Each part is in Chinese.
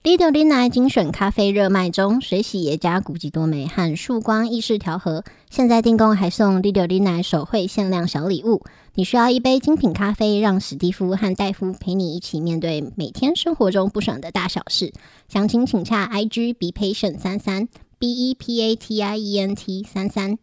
Lido Lina 精选咖啡热卖中，水洗耶加古籍多美和束光意式调和，现在订购还送 Lido Lina 手绘限量小礼物。你需要一杯精品咖啡，让史蒂夫和戴夫陪你一起面对每天生活中不爽的大小事。详情请洽 IG bepatient33 BEPATIENT33。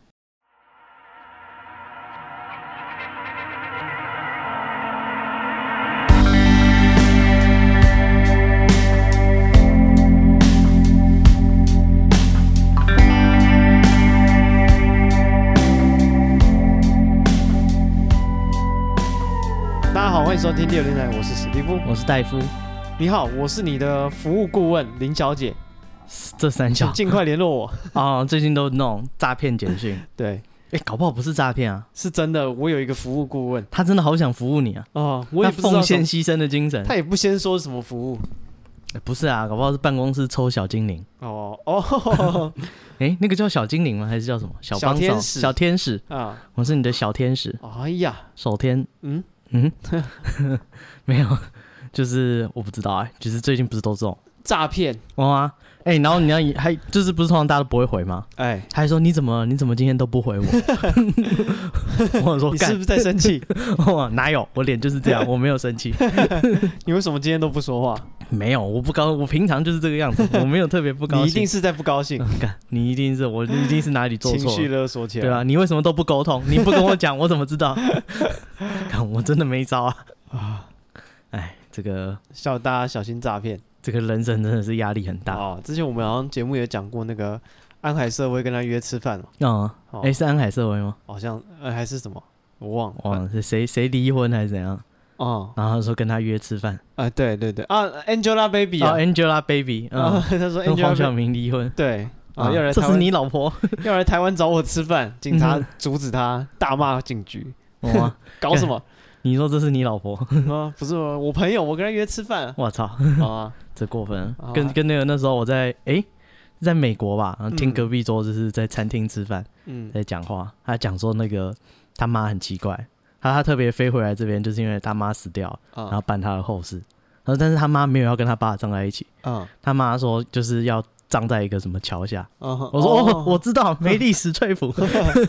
大家好，欢迎收听第609，我是史蒂夫， 我是戴夫。 你好，我是你的服务顾问林小姐， 这三小请尽快联络我。 哦，最近都那种诈骗简讯， 对， 搞不好不是诈骗啊， 是真的。我有一个服务顾问， 他真的好想服务你啊。 哦，我也不知道奉献牺牲的精神， 他也不先说什么服务。 不是啊，搞不好是办公室抽小精灵。 哦， 那个叫小精灵吗？还是叫什么小帮手？小天使啊，我是你的小天使。 哎呀， 手天，没有，就是我不知道就是最近不是都这种诈骗哇？然后你要还就是不是通常大家都不会回吗？他还说你怎么今天都不回我？我说你是不是在生气？ 哪有，我脸就是这样，我没有生气。 你为什么今天都不说话？ 没有，我不高，我平常就是这个样子，我没有特别不高兴。 你一定是在不高兴。 你一定是我一定是哪里做错了， 情绪勒索起来。 对啊，你为什么都不沟通？你不跟我讲，我怎么知道？我真的没招啊！这个大家小心诈骗。 这个人生真的是压力很大哦。之前我们好像节目也讲过，那个安海瑟薇跟他约吃饭是安海瑟薇吗？ 好像还是什么，我忘了。 是谁离婚还是怎样？然后他说跟他约吃饭。 对，Angelababy Angelababy 他说跟黄晓明离婚。 对要来台湾， 这是你老婆要来台湾找我吃饭，警察阻止他，大骂警局。搞什么？ 你说这是你老婆？ 不是我朋友，我跟他约吃饭。 我操！这过分了。跟那时候我在美国吧，然后听隔壁桌就是在餐厅吃饭，在讲话。他讲说那个他妈很奇怪，他特别飞回来这边，就是因为他妈死掉，然后办他的后事。然后但是他妈没有要跟他爸葬在一起，他妈说就是要葬在一个什么桥下。我说我知道梅丽史翠普。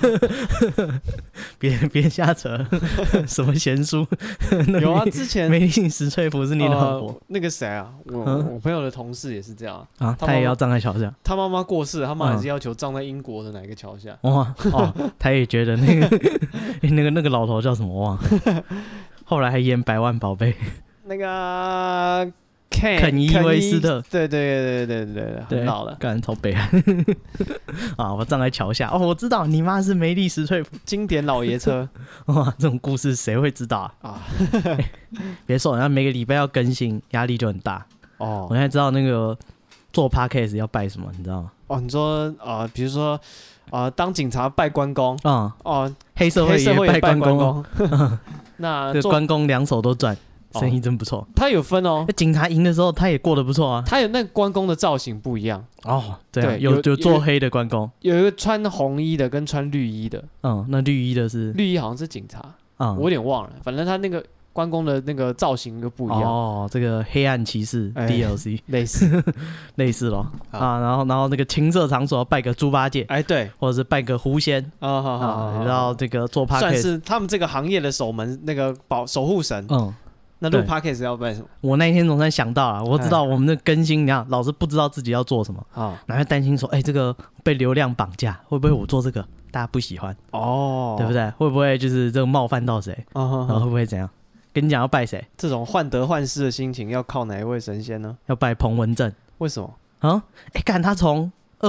别瞎扯，什么闲书？ 有啊，之前梅丽史翠普是你老婆。 那个谁啊，我朋友的同事也是这样啊， 他也要葬在桥下。 他妈妈过世，他妈还是要求葬在英国的哪个桥下？ 他也觉得那个老头叫什么忘了，后来还演《百万宝贝》 那个。 肯伊威斯特， 对，很老了， 干超北岸我站在桥下我知道你妈是梅丽史翠普， 经典老爷车。 这种故事谁会知道别说，人家每个礼拜要更新，压力就很大我现在知道那个做 podcast 要拜什么，你知道吗？ 你说比如说当警察拜关公黑社会也拜关公那关公两手都赚。生意真不错， 他有分警察赢的时候，他也过得不错啊。 他有那个关公的造型不一样对，有做黑的关公， 有一个穿红衣的跟穿绿衣的。 那绿衣的是绿衣好像是警察我有点忘了，反正他那个关公的那个造型就不一样这个黑暗骑士 DLC 类似咯然后那个情色场所拜个猪八戒对， 或者是拜个狐仙然后这个做 podcast 算是他们这个行业的守门那个守护神那录 podcast 要拜什么？ 我那一天总算想到了，我知道我们的更新，你看老师不知道自己要做什么然后担心说，这个被流量绑架，会不会我做这个大家不喜欢对不对？会不会就是这个冒犯到谁然后会不会怎样？跟你讲要拜谁？ 这种患得患失的心情要靠哪一位神仙呢？ 要拜彭文正。 为什么干他从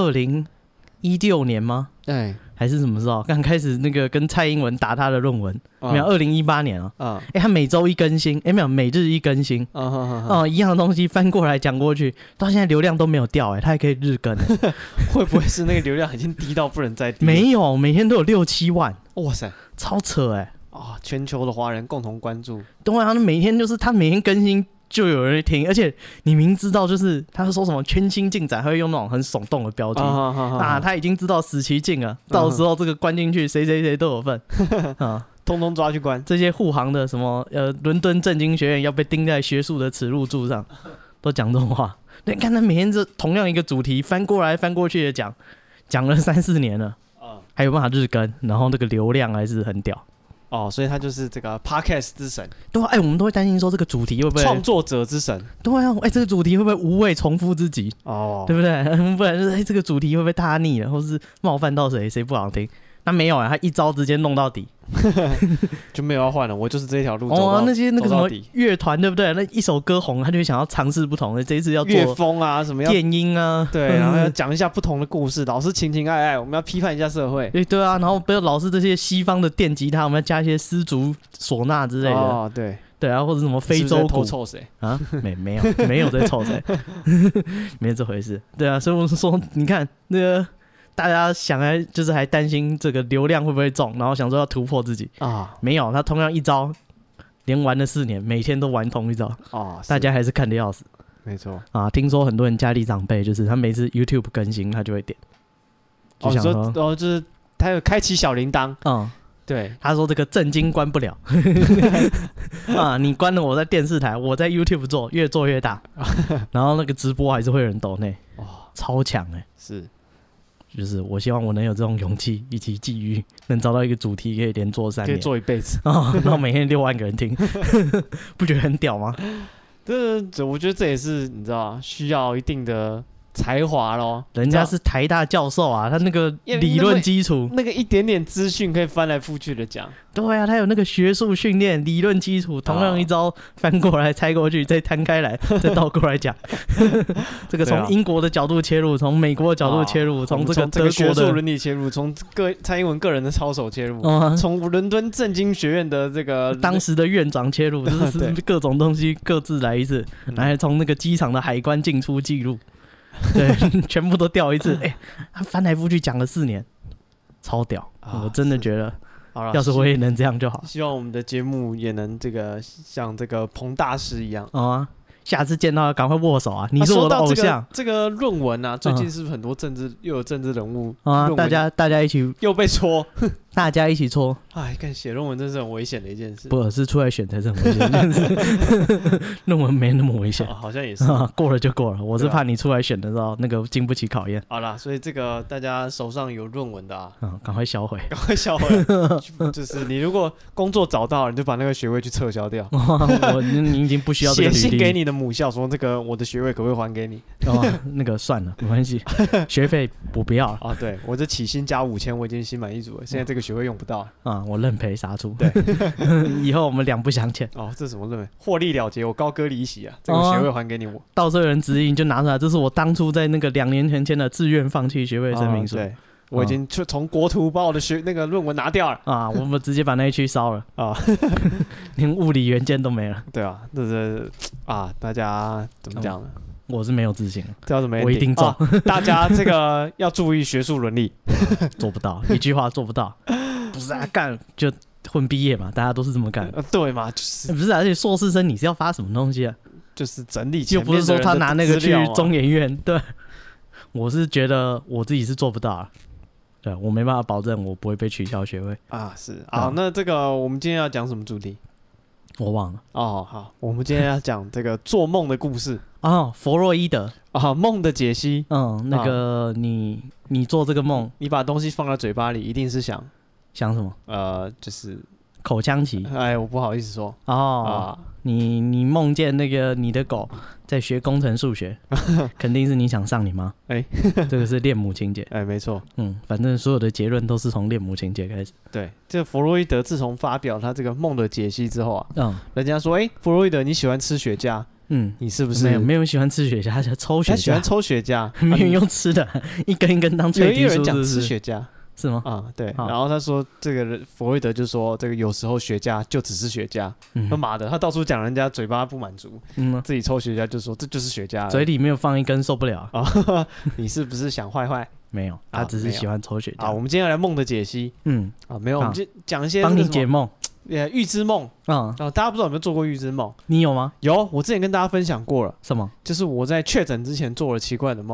2016年吗？还是什么时候刚开始那个跟蔡英文打他的论文没有2018年他每周一更新没有每日一更新一样的东西翻过来讲过去，到现在流量都没有掉他还可以日更会不会是那个流量已经低到不能再低？ 没有，每天都有6-7万， 哇塞， 超扯全球的华人共同关注。 对他每天更新就有人听，而且你明知道就是他说什么全新进展，他会用那种很耸动的标题他已经知道死期近了到时候这个关进去谁谁谁都有份通通抓去关。 这些护航的什么伦敦政经学院要被钉在学术的耻辱柱上，都讲这种话你看他每天这同样一个主题翻过来翻过去的讲了3-4年了，还有办法日更，然后那个流量还是很屌。 所以他就是这个 podcast 之神。 对啊，我们都会担心说这个主题会不会创作者之神？ 对啊，这个主题会不会无谓重复自己？对不对？不然就是这个主题会不会大腻了，或是冒犯到谁不好听？那没有他一招直接弄到底， 就没有要换了，我就是这条路走到那些那个什么乐团，对不对？那一首歌红，他就会想要尝试不同的，这一次要做乐风啊，什么电音啊， 对，然后要讲一下不同的故事，老是情情爱爱，我们要批判一下社会。 对啊，然后不要老是这些西方的电吉他，我们要加一些丝竹、唢呐之类的。对啊，或者什么非洲鼓。 是偷臭谁啊？没有在臭谁，没这回事。对啊，所以我是说，你看那个。大家想来就是还担心这个流量会不会中，然后想说要突破自己没有，他同样一招连玩了4年，每天都玩同一招大家还是看得要死。 没错听说很多人家里长辈就是他每次 YouTube 更新他就会点， 就想说就是他有开启小铃铛，对， 他说这个震惊关不了你关了我在电视台，我在 YouTube 做，越做越大然后那个直播还是会有人抖内超强是。 就是我希望我能有这种勇气以及际遇，能找到一个主题可以连做3年， 可以做一辈子然后每天6万个人听不觉得很屌吗？ 我觉得这也是你知道需要一定的才华咯， 人家是台大教授啊，他那个理论基础， 那个一点点资讯可以翻来覆去的讲。 对啊，他有那个学术训练、理论基础，同样一招翻过来、拆过去，再摊开来，再倒过来讲。这个从英国的角度切入，从美国的角度切入，从这个德国的学术伦理切入，从蔡英文个人的操守切入，从伦敦政经学院的这个当时的院长切入，就是各种东西各自来一次，然后从那个机场的海关进出记录。对，全部都调一次。他翻来覆去讲了4年，超屌！我真的觉得，要是我也能这样就好。 希望我们的节目也能这个像这个彭大师一样下次见到赶快握手啊！你是我的偶像。 这个论文啊，最近是不是很多又有政治人物大家一起又被戳， 大家一起戳。 看写论文真是很危险的一件事。 不是出来选才是很危险的一件事，论文没那么危险。 好像也是过了就过了。我是怕你出来选的时候那个经不起考验。 好啦，所以这个大家手上有论文的赶快销毁， 就是你如果工作找到了，你就把那个学位去撤销掉。 你已经不需要这个履历。 写信给你的母校说这个我的学位可不可以还给你？ 那个算了，没关系，学费我不要了。 对，我这起薪加5000，我已经心满意足了。现在这个学位用不到我认赔杀出。 对， 以后我们两不相欠。 这什么认赔？获利了结，我高歌离席啊！这个学位还给你我。 到时候有人质疑，你就拿出来，这是我当初在那个2年前签的自愿放弃学位声明书。 对，我已经从国图把我的那个论文拿掉了我们直接把那一区烧了连物理元件都没了。 对啊，就是大家怎么讲呢？ 我是没有自信， 这要怎么？ 我一定做。 大家这个要注意学术伦理， 做不到，一句话做不到。不是干就混毕业嘛，大家都是这么干。 对嘛，就是不是而且硕士生你是要发什么东西就是整理又不是说他拿那个去中研院。对，我是觉得我自己是做不到对，我没办法保证我不会被取消学位是那这个我们今天要讲什么主题？ 我忘了好，我们今天要讲这个做梦的故事弗洛伊德梦的解析。 那个你做这个梦， 你把东西放在嘴巴里，一定是想什么？ 就是口腔期。 我不好意思说你梦见那个你的狗在学工程数学，肯定是你想上你妈。这个是恋母情节。 没错。 反正所有的结论都是从恋母情节开始。 对，这个弗洛伊德自从发表他这个梦的解析之后人家说，弗洛伊德你喜欢吃雪茄？你是不是没有人喜欢吃雪茄，他喜欢抽雪茄。 他喜欢抽雪茄， 没人用吃的，一根一根当脆皮酥。 有人讲吃雪茄。 是吗？ 对。然后他说，这个弗洛伊德就说，这个有时候雪茄就只是雪茄。他妈的，他到处讲人家嘴巴不满足，自己抽雪茄就说这就是雪茄， 嘴里没有放一根受不了。 你是不是想坏坏？ 没有，他只是喜欢抽雪茄。 我们今天要来梦的解析。没有，我们就讲一些帮你解梦。 预知梦。大家不知道有没有做过预知梦？ 你有吗？ 有，我之前跟大家分享过了。 什么？ 就是我在确诊之前做了奇怪的梦。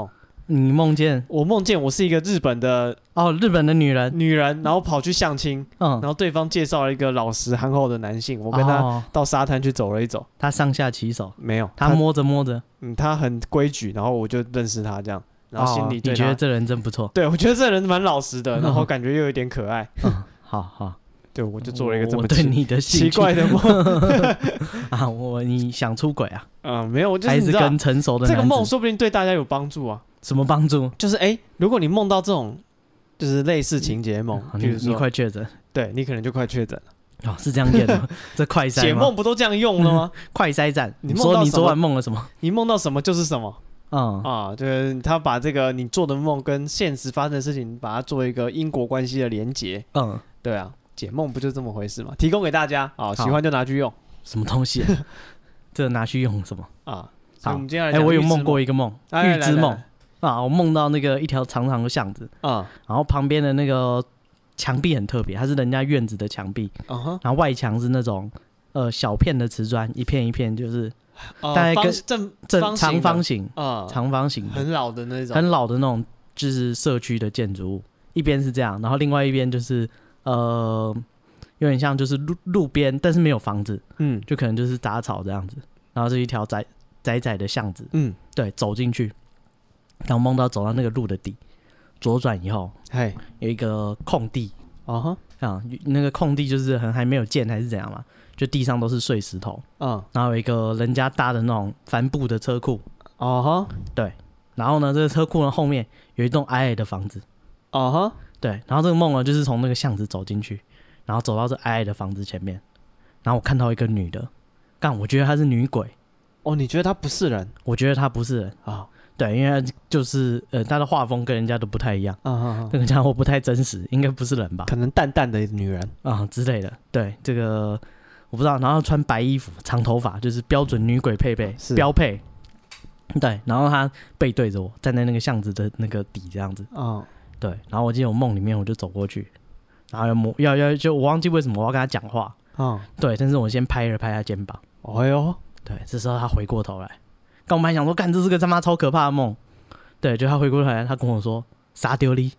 你梦见？ 我梦见我是一个日本的日本的女人， 然后跑去相亲，然后对方介绍了一个老实憨厚的男性，我跟他到沙滩去走了一走。 他上下其手？ 没有， 他摸着， 他很规矩，然后我就认识他这样，然后心里对他， 你觉得这人真不错？ 对，我觉得这人蛮老实的，然后感觉又有点可爱。 好。 对，我就做了一个这么对你的奇怪的梦你想出轨啊？ 没有，我就是还是跟成熟的男子。 这个梦说不定对大家有帮助啊。 什么帮助？ 就是如果你梦到这种就是类似情节梦，比如说你快确诊， 对你可能就快确诊了。 是这样演的？这快筛解梦不都这样用了吗？ 快筛站。 你说你昨晚梦了什么？ 你梦到什么就是什么。就是他把这个你做的梦跟现实发生的事情，把它做一个因果关系的连结。对啊。解梦不就这么回事吗？提供给大家喜欢就拿去用。 什么东西？这拿去用什么所以我们接下来我有梦过一个梦，预知梦我梦到那个一条长长的巷子然后旁边的那个墙壁很特别，它是人家院子的墙壁然后外墙是那种小片的瓷砖，一片一片，就是大概跟长方形长方形很老的那种，就是社区的建筑物，一边是这样，然后另外一边就是有点像就是路边，但是没有房子，就可能就是杂草这样子，然后是一条窄的巷子，对，走进去，然后梦到走到那个路的底，左转以后，有一个空地，那个空地就是还没有建还是怎样嘛，就地上都是碎石头，然后有一个人家搭的那种帆布的车库，对，然后呢，这个车库呢后面有一栋矮矮的房子，对，然后这个梦呢，就是从那个巷子走进去，然后走到这矮矮的房子前面，然后我看到一个女的，我觉得她是女鬼。 你觉得她不是人？ 我觉得她不是人对，因为就是她的画风跟人家都不太一样这个家伙不太真实，应该不是人吧？ 可能淡淡的女人之类的。对，这个我不知道。然后穿白衣服、长头发，就是标准女鬼标配。对，然后她背对着我，站在那个巷子的那个底这样子。对，然后我记得我梦里面我就走过去，然后就我忘记为什么我要跟他讲话对，但是我先拍了拍他肩膀。对，这时候他回过头来，我本来想说，干，这是个他妈超可怕的梦。对，就他回过头来，他跟我说：“杀丢你。”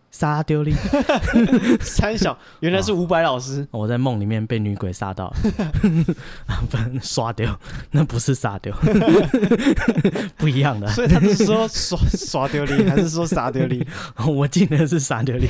三小，原来是伍佰老师。 我在梦里面被女鬼杀到了，不能刷丢，那不是杀丢，不一样的。 所以他是说刷丢你，还是说杀丢你？ 我记得是杀丢你。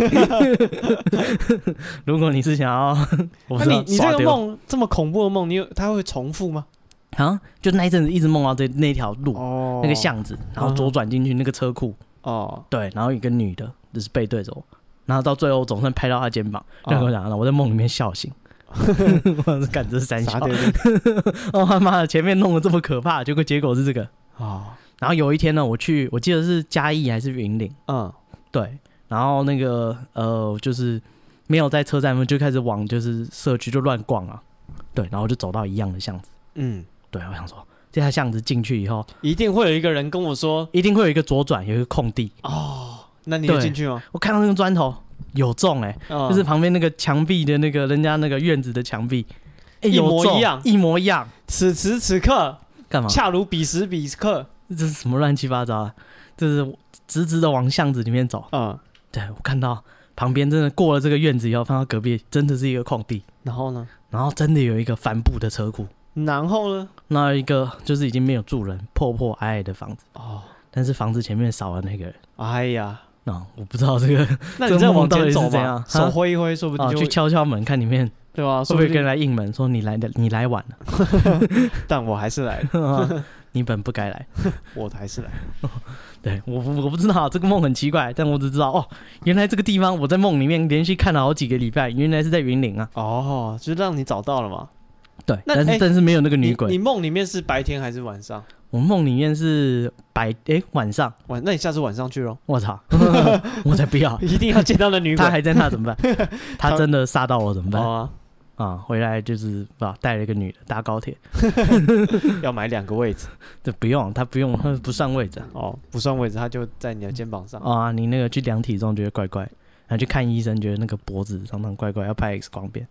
如果你是想要， 你这个梦这么恐怖的梦，它会重复吗？ 就那一阵子一直梦到那条路，那个巷子，然后左转进去那个车库。对，然后一个女的，就是背对着我，然后到最后我总算拍到她肩膀，然后跟我讲，我在梦里面笑醒，我干，这是三小，他妈的，前面弄得这么可怕，结果是这个然后有一天呢，我记得是嘉义还是云林，对，然后那个就是没有在车站，就开始往就是社区就乱逛对，然后就走到一样的巷子，对，我想说。这条巷子进去以后， 一定会有一个人跟我说， 一定会有一个左转，有一个空地。 那你有进去吗？ 我看到那个砖头有中就是旁边那个墙壁的那个人家那个院子的墙壁， 一模一样。此时此刻干嘛？ 恰如彼时彼刻， 这是什么乱七八糟这是直直的往巷子里面走。对，我看到旁边真的过了这个院子以后，看到隔壁真的是一个空地。 然后呢？ 然后真的有一个帆布的车库。 然后呢？ 那一个就是已经没有住人，破矮矮的房子但是房子前面少了那个人。 哎呀， 我不知道这个。 那你再往前走吧，手挥一挥，说不定就去敲敲门，看里面对吧？ 会不会跟人来应门，说你来晚了？ 但我还是来了。 你本不该来， 我还是来。 对，我不知道这个梦很奇怪，但我只知道原来这个地方我在梦里面连续看了好几个礼拜，原来是在云林就让你找到了嘛。 对，但是没有那个女鬼。 你梦里面是白天还是晚上？ 我梦里面是晚上。 那你下次晚上去咯。 我操，我才不要！ 一定要见到那女鬼。 她还在那怎么办？她真的杀到我怎么办？回来就是带了一个女的搭高铁， 要买2个位置。 这不用，她不算位置不算位置，她就在你的肩膀上你那个去量体重觉得怪怪，然后去看医生觉得那个脖子常常怪怪，要拍 X 光片。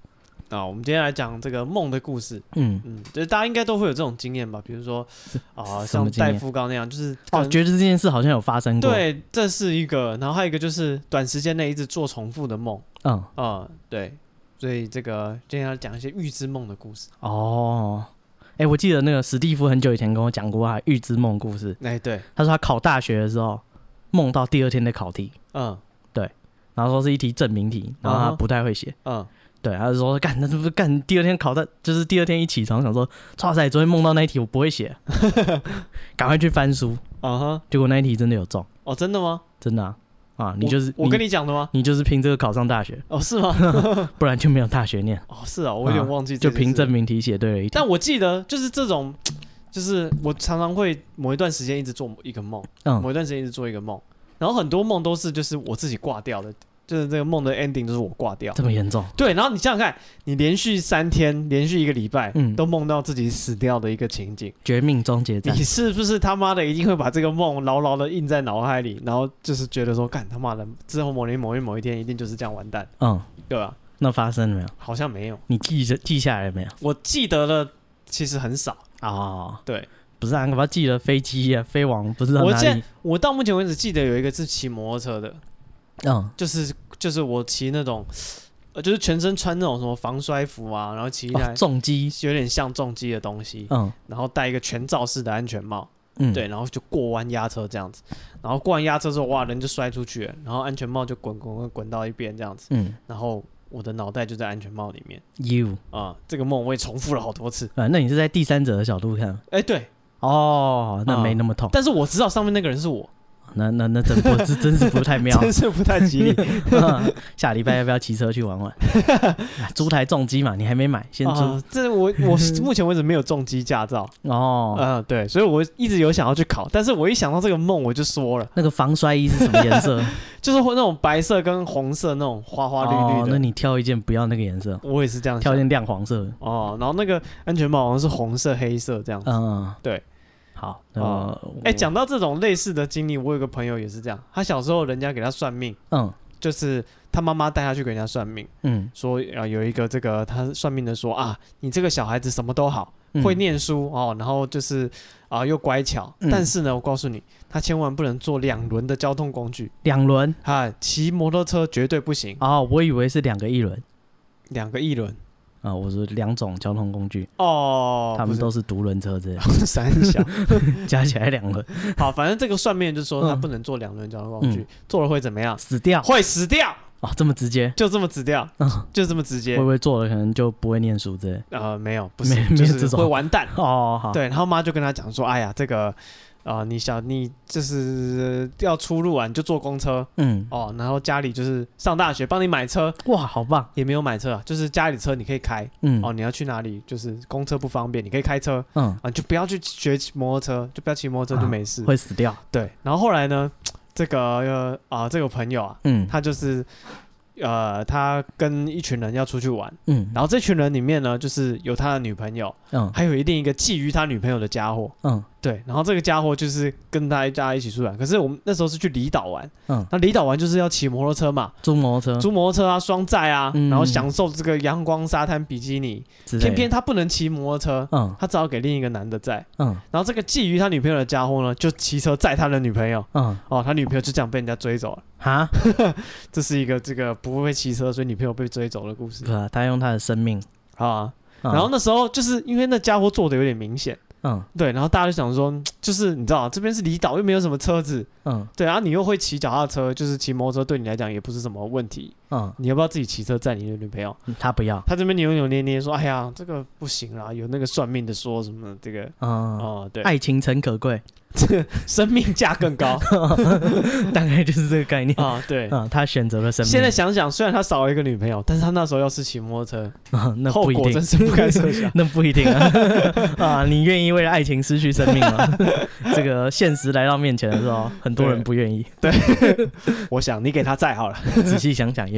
我们今天来讲这个梦的故事。就是大家应该都会有这种经验吧？比如说像戴夫刚那样，就是觉得这件事好像有发生过。 对，这是一个。然后还有一个就是短时间内一直做重复的梦。对。所以这个今天要讲一些预知梦的故事。 我记得那个史蒂夫很久以前跟我讲过他预知梦故事。 对， 他说他考大学的时候梦到第二天的考题。对，然后说是一题证明题，然后他不太会写。对，他就说那是不是第二天考的，就是第二天一起床想说，哇塞，昨天梦到那一题我不会写，赶快去翻书。结果那一题真的有中。 真的吗？ 真的啊，你就是我跟你讲的吗？ 你就是凭这个考上大学。 是吗？ 不然就没有大学念。 是啊，我有点忘记。 就凭证明题写对了一题。 但我记得就是这种，就是我常常会某一段时间一直做一个梦，某一段时间一直做一个梦，然后很多梦都是就是我自己挂掉的。就是这个梦的 ending 就是我挂掉， 这么严重？ 对，然后你想想看，你连续3天，连续1个礼拜，都梦到自己死掉的一个情景， 绝命终结战， 你是不是他妈的一定会把这个梦牢牢的印在脑海里，然后就是觉得说，干他妈的，之后某一天一定就是这样完蛋，对吧？ 那发生了没有？ 好像没有。 你记下来了没有？ 我记得了，其实很少对。 不是我记得飞机飞往不知道哪里。 我到目前为止记得有一个是骑摩托车的。就是我骑那种，就是全身穿那种什么防摔服啊，然后骑一台重机， 有点像重机的东西，然后戴一个全罩式的安全帽，对，然后就过弯压车这样子，然后过完压车之后，哇，人就摔出去了，然后安全帽就滚到一边这样子，然后我的脑袋就在安全帽里面。这个梦我也重复了好多次。 那你是在第三者的角度看？ 对。 那没那么痛。 但是我知道上面那个人是我。 那真是不太妙， 真是不太吉利。 下礼拜要不要骑车去玩玩？租台重机嘛，你还没买，先租。 这我目前为止没有重机驾照。对，所以我一直有想要去考，但是我一想到这个梦我就说了。 那个防摔衣是什么颜色？ 就是那种白色跟红色那种花花绿绿的。 那你挑一件不要那个颜色。 我也是这样想， 挑一件亮黄色的。 然后那个安全帽好像是红色黑色这样子。对。 好， 讲到这种类似的经历，我有个朋友也是这样。他小时候人家给他算命，就是他妈妈带他去给人家算命，说有一个这个他算命的说你这个小孩子什么都好，会念书然后就是又乖巧，但是呢，我告诉你，他千万不能坐2轮的交通工具。 2轮？ 骑摩托车绝对不行。 我以为是2个1轮。 2个1轮。 我说2种交通工具他们都是独轮车之类的， 三小加起来2轮。 好，反正这个算命就说他不能坐2轮交通工具，坐了会怎么样？ 死掉， 会死掉。 这么直接？ 就这么死掉，就这么直接。 会不会坐了可能就不会念书之类？ 没有，不是，就是会完蛋。 好。 对，然后妈就跟他讲说，哎呀，这个。你就是要出入你就坐公车，然后家里就是上大学帮你买车， 哇，好棒！ 也没有买车就是家里车你可以开，你要去哪里就是公车不方便，你可以开车，就不要去学摩托车，就不要骑摩托车就没事， 会死掉。 对，然后后来呢，这个朋友他就是他跟一群人要出去玩，然后这群人里面呢，就是有他的女朋友，还有另一个觊觎他女朋友的家伙，对，然后这个家伙就是跟大家一起出去玩，可是我们那时候是去离岛玩，那离岛玩就是要骑摩托车嘛，租摩托车双载然后享受这个阳光沙滩比基尼，偏偏他不能骑摩托车，他只好给另一个男的载，然后这个觊觎他女朋友的家伙呢，就骑车载他的女朋友，他女朋友就这样被人家追走了，这是一个这个不会骑车所以女朋友被追走的故事， 他用他的生命然后那时候就是因为那家伙做的有点明显，对，然后大家就想说，就是你知道这边是离岛又没有什么车子，对，然后你又会骑脚踏车，就是骑摩托车对你来讲也不是什么问题，你要不要自己骑车载你的女朋友？ 他不要， 他这边扭扭捏捏说，哎呀，这个不行啦，有那个算命的说什么这个，对， 爱情诚可贵， 生命价更高， 大概就是这个概念对， 他选择了生命。 现在想想，虽然他少了一个女朋友，但是他那时候要是骑摩托车， 那不一定， 后果真是不堪设想。 那不一定你愿意为了爱情失去生命吗？这个现实来到面前的时候，很多人不愿意。 对，我想你给他载好了。 仔细想想，也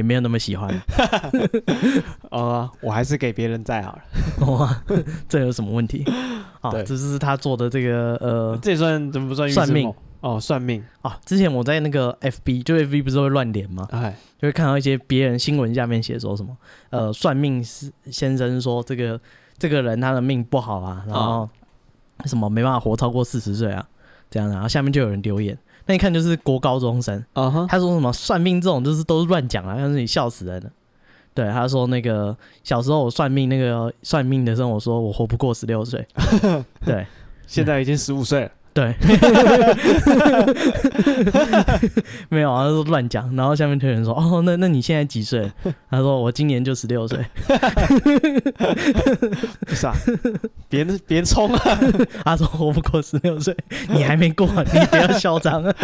没有那么喜欢。 我还是给别人载好了。 哇，这有什么问题？啊，这是他做的这个这也算怎么不算算命？ 算命啊！之前我在那个 FB， 就 FB 不是会乱连吗？就会看到一些别人新闻下面写说什么算命先生说这个人他的命不好啊，然后什么没办法活超过40岁啊，这样的，然后下面就有人留言，那一看就是国高中生，他说什么算命这种就是都是乱讲啊，让你笑死人了。对，他说那个小时候我算命的时候，我说我活不过16岁，对， 现在已经15岁了。 对，没有啊，他说乱讲，然后下面就有人说，哦，那你现在几岁？他说我今年就16岁。 不是啊，别冲啊！ 他说活不过16岁，你还没过，你不要嚣张啊，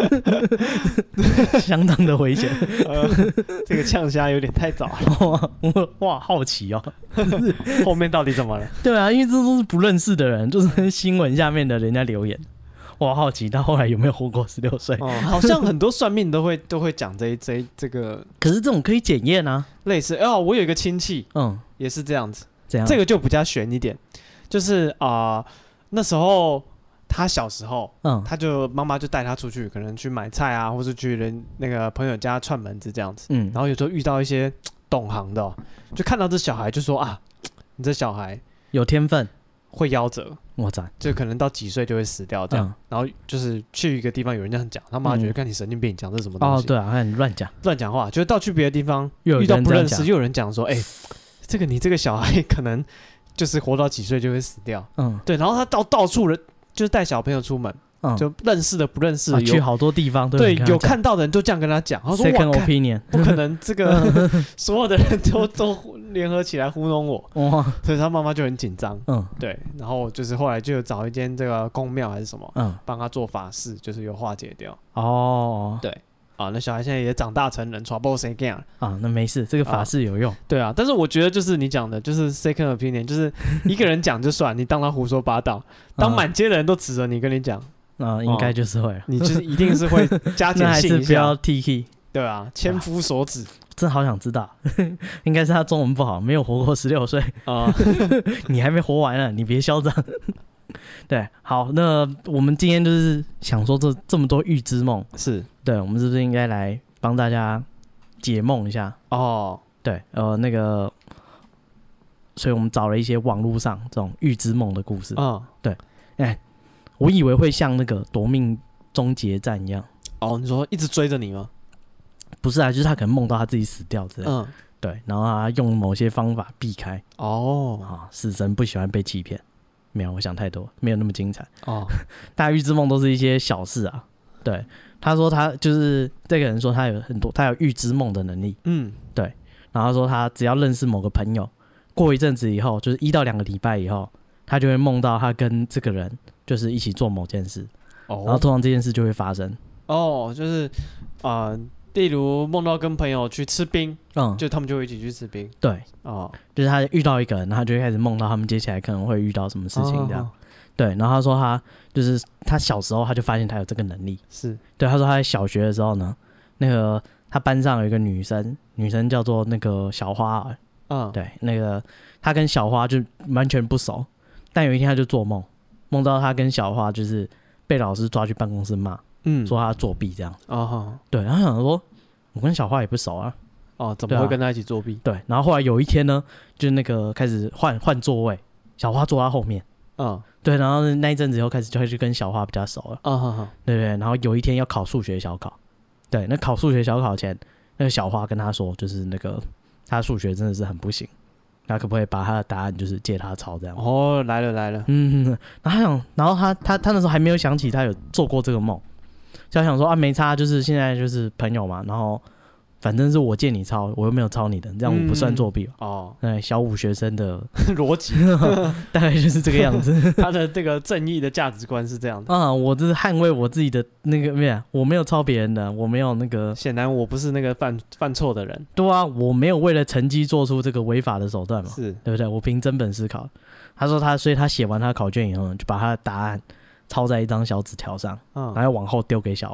相当的危险。 这个呛虾有点太早了。 哇，好奇哦， 后面到底怎么了？ 对啊，因为这都是不认识的人，就是新闻下面的人家留言。我好奇他后来有没有活过16岁？ 好像很多算命都会讲这个， 可是这种可以检验啊。 类似我有一个亲戚，也是这样子。 这个就比较悬一点，就是那时候他小时候，他就妈妈就带他出去，可能去买菜啊，或是去那个朋友家串门子这样子。然后有时候遇到一些懂行的，就看到这小孩就说你这小孩有天分。 会夭折， 我操！ 就可能到几岁就会死掉这样。然后就是去一个地方，有人这样讲，他妈觉得看你神经病，讲这是什么东西？ 对啊，看你乱讲话。就到去别的地方遇到不认识，又有人讲说，你这个小孩可能就是活到几岁就会死掉。对。然后他到处人就是带小朋友出门。就认识的不认识的， 去好多地方， 对，有看到的人就这样跟他讲，他说 ：“Second opinion， 不可能，这个所有的人都联合起来糊弄我。”哇！所以他妈妈就很紧张，对，然后就是后来就有找一间这个宫庙还是什么，帮他做法事，就是有化解掉。对。那小孩现在也长大成人，传播谁干那没事，这个法事有用。 对啊，但是我觉得就是你讲的，就是 second opinion， 就是一个人讲就算，你当他胡说八道，当满街的人都指着你跟你讲。 应该就是会， 你就是一定是会加减信一下， 那还是不要 TK， 对啊，千夫所指。 真好想知道，应该是他中文不好，没有活过16岁你还没活完呢，你别嚣张。对，好，那我们今天就是想说这么多预知梦， 是对，我们是不是应该来帮大家解梦一下？对，那个，所以我们找了一些网络上这种预知梦的故事。对，我以为会像那个夺命终结战一样。 你说一直追着你吗？ 不是啊，就是他可能梦到他自己死掉之类的。对，然后他用某些方法避开。死神不喜欢被欺骗。没有，我想太多，没有那么精彩。大家预知梦都是一些小事啊。对，他说他就是这个人说他有预知梦的能力。对，然后他说他只要认识某个朋友，过一阵子以后，就是1到2个礼拜以后，他就会梦到他跟这个人就是一起做某件事，然后通常这件事就会发生。 就是例如梦到跟朋友去吃冰，就他们就会一起去吃冰。 对，就是他遇到一个人，然后他就会开始梦到他们接下来可能会遇到什么事情这样。对，然后他说他小时候他就发现他有这个能力。 是， 对，他说他在小学的时候呢，那个他班上有一个女生叫做那个小花儿。对，那个他跟小花就完全不熟，但有一天他就做梦到他跟小花就是被老师抓去办公室骂。说他作弊这样子。对，然后想说，我跟小花也不熟啊。 怎么会跟他一起作弊？ 对，然后后来有一天呢，就是那个开始换座位，小花坐他后面。对，然后那一阵子以后开始就会去跟小花比较熟了。对，然后有一天要考数学小考，对，那考数学小考前，那个小花跟他说，就是那个他数学真的是很不行。他可不可以把他的答案就是借他抄这样？ 来了。 然后他那时候还没有想起他有做过这个梦。就想说没差，就是现在就是朋友嘛，然后反正是我借你抄，我又没有抄你的，这样我不算作弊。小5学生的逻辑大概就是这个样子。 他的这个正义的价值观是这样的。 我就是捍卫我自己的那个我没有抄别人的，我没有那个。 显然我不是那个犯错的人。 对啊，我没有为了成绩做出这个违法的手段嘛， 是对不对？我凭真本事考。他说所以他写完他考卷以后呢，就把他的答案抄在一张小纸条上，然后往后丢给小花。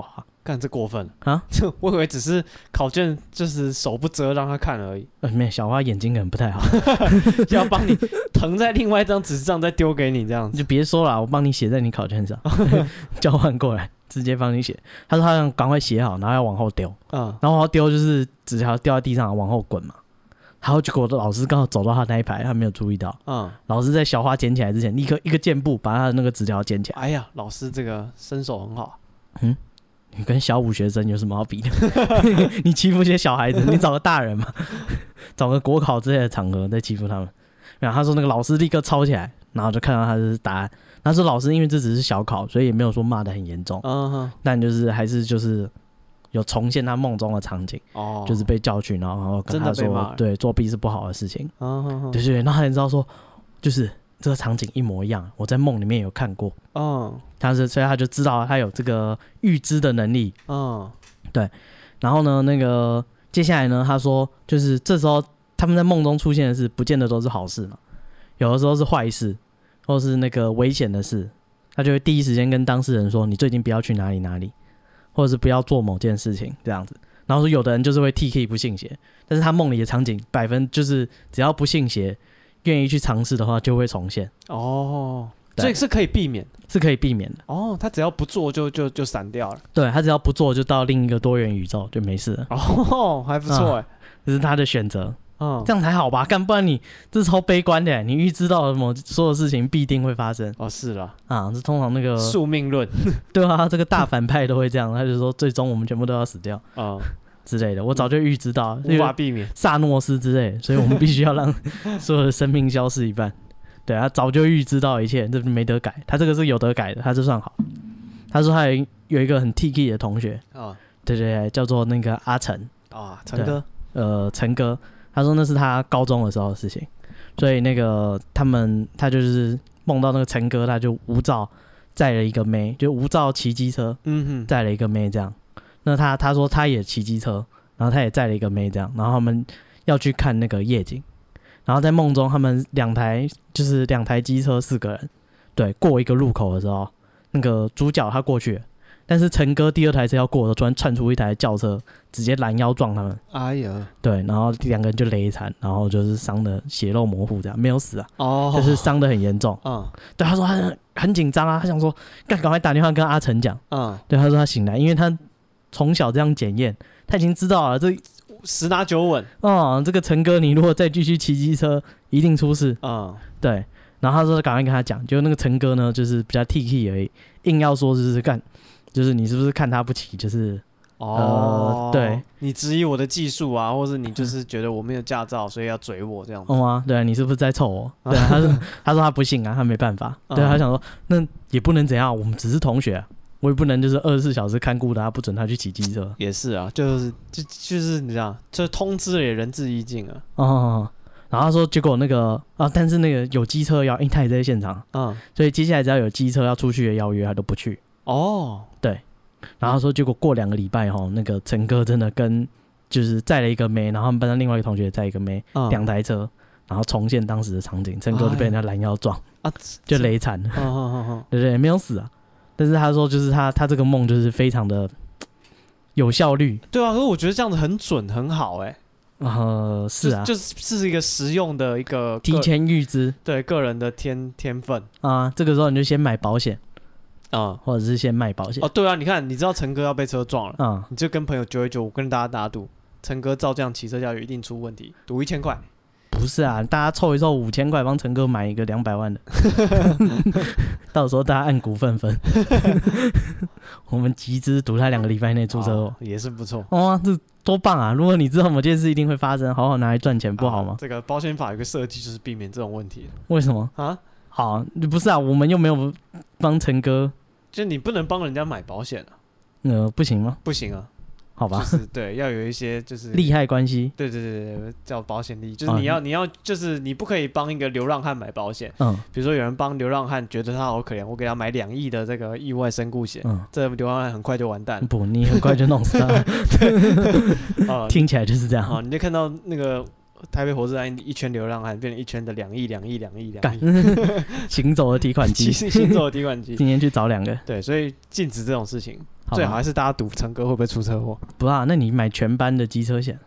干这过分啊！我以为只是考卷就是手不遮让他看而已。 没有，小花眼睛可能不太好， 要帮你誊在另外一张纸上再丢给你这样子。 就别说了，我帮你写在你考卷上，交换过来直接帮你写。他说他想赶快写好，然后要往后丢。然后往后丢就是纸条掉在地上往后滚嘛。然后结果老师刚好走到他那一排，他没有注意到。老师在小花捡起来之前，立刻一个箭步把他的那个纸条捡起来。 哎呀，老师这个身手很好。 你跟小5学生有什么好比的？你欺负些小孩子，你找个大人嘛，找个国考之类的场合再欺负他们。然后他说那个老师立刻抄起来，然后就看到他是答案。他说老师因为这只是小考，所以也没有说骂得很严重。但就是还是就是有重现他梦中的场景，就是被教训，然后跟他说，对，作弊是不好的事情。对对，然后他才知道说，就是这个场景一模一样，我在梦里面有看过。所以他就知道他有这个预知的能力。对。然后呢，那个接下来呢，他说就是这时候他们在梦中出现的事，不见得都是好事嘛，有的时候是坏事，或是那个危险的事，他就会第一时间跟当事人说，你最近不要去哪里哪里。或者是不要做某件事情这样子，然后说有的人就是会 TK 不信邪，但是他梦里的场景就是只要不信邪，愿意去尝试的话就会重现。 所以是可以避免， 是可以避免的。 他只要不做就闪掉了。 对，他只要不做就到另一个多元宇宙就没事了。 还不错哎， 这是他的选择。这样才好吧？不然你这超悲观的，你预知到所有事情必定会发生。 是啦， 这通常那个宿命论， 对啊，这个大反派都会这样，他就说最终我们全部都要死掉之类的。我早就预知到， 无法避免， 萨诺斯之类的，所以我们必须要让所有的生命消失一半。对，他早就预知到一切，这没得改。他这个是有得改的，他这算好。他说他有一个很 TK 的同学对对对，叫做那个阿成陈哥， 陈哥。他说那是他高中的时候的事情，所以那个他就是梦到那个陈哥，他就无照载了一个妹，就无照骑机车，载了一个妹这样。那他说他也骑机车，然后他也载了一个妹这样，然后他们要去看那个夜景，然后在梦中他们两台机车4个人，对，过一个路口的时候，那个主角他过去了。但是陈哥第2台车要过的时候，突然窜出一台轿车，直接拦腰撞他们。哎呀！对，然后2个人就累惨，然后就是伤的血肉模糊，这样没有死啊，就是伤的很严重。对，他说他很紧张啊，他想说赶快打电话跟阿成讲。对，他说他醒来，因为他从小这样检验，他已经知道了这十拿9稳。 这个陈哥你如果再继续骑机车，一定出事。对，然后他说赶快跟他讲，就那个陈哥呢，就是比较 TK 而已，硬要说就是干。就是你是不是看他不起？就是对， 你质疑我的技术啊，或是你就是觉得我没有驾照，所以要嘴我这样子。 对啊，你是不是在臭我？对啊，他说他不信啊，他没办法。对啊，他想说那也不能怎样，我们只是同学，我也不能就是24小时看顾他，不准他去骑机车。 也是啊，就是你知道，这通知了也仁至义尽啊。 然后他说结果那个但是那个有机车因为他也在现场，所以接下来只要有机车要出去的邀约，他都不去。对，然后他说结果过2个礼拜那个陈哥真的就是载了一个妹，然后他们班上另外一个同学载一个妹，2台车，然后重现当时的场景，陈哥就被人家拦腰撞，就累惨了。对对，没有死啊，但是他说就是他这个梦就是非常的有效率。 对啊，可是我觉得这样子很准很好是啊， 就是一个实用的一个提前预知， 对个人的天分这个时候你就先买保险。或者是先卖保险。 对啊，你看，你知道陈哥要被车撞了，你就跟朋友919，我跟大家打赌，陈哥照这样骑车下去一定出问题，赌1000块。 不是啊，大家凑一凑5000块，帮陈哥买一个200万的，到时候大家按股份分，我们集资赌他2个礼拜内出车祸， 也是不错。 这多棒啊！如果你知道某件事一定会发生，好好拿来赚钱，不好吗？ 这个保险法有个设计就是避免这种问题。 为什么啊？好，不是啊，我们又没有帮陈哥， 就你不能帮人家买保险不行吗？ 不行啊， 好吧， 就是对，要有一些就是利害关系， 对，叫保险利益，就是你要就是你不可以帮一个流浪汉买保险，比如说有人帮流浪汉，觉得他好可怜，我给他买2亿的这个意外身故险，这流浪汉很快就完蛋了， 不，你很快就弄死他，听起来就是这样， 你就看到那个。台北火车站一圈流浪汉变成一圈的2亿， 行走的提款机， 行走的提款机。 今天去找2个。 对，所以禁止这种事情。 最好还是大家赌陈哥会不会出车祸。 不啊，那你买全班的机车险。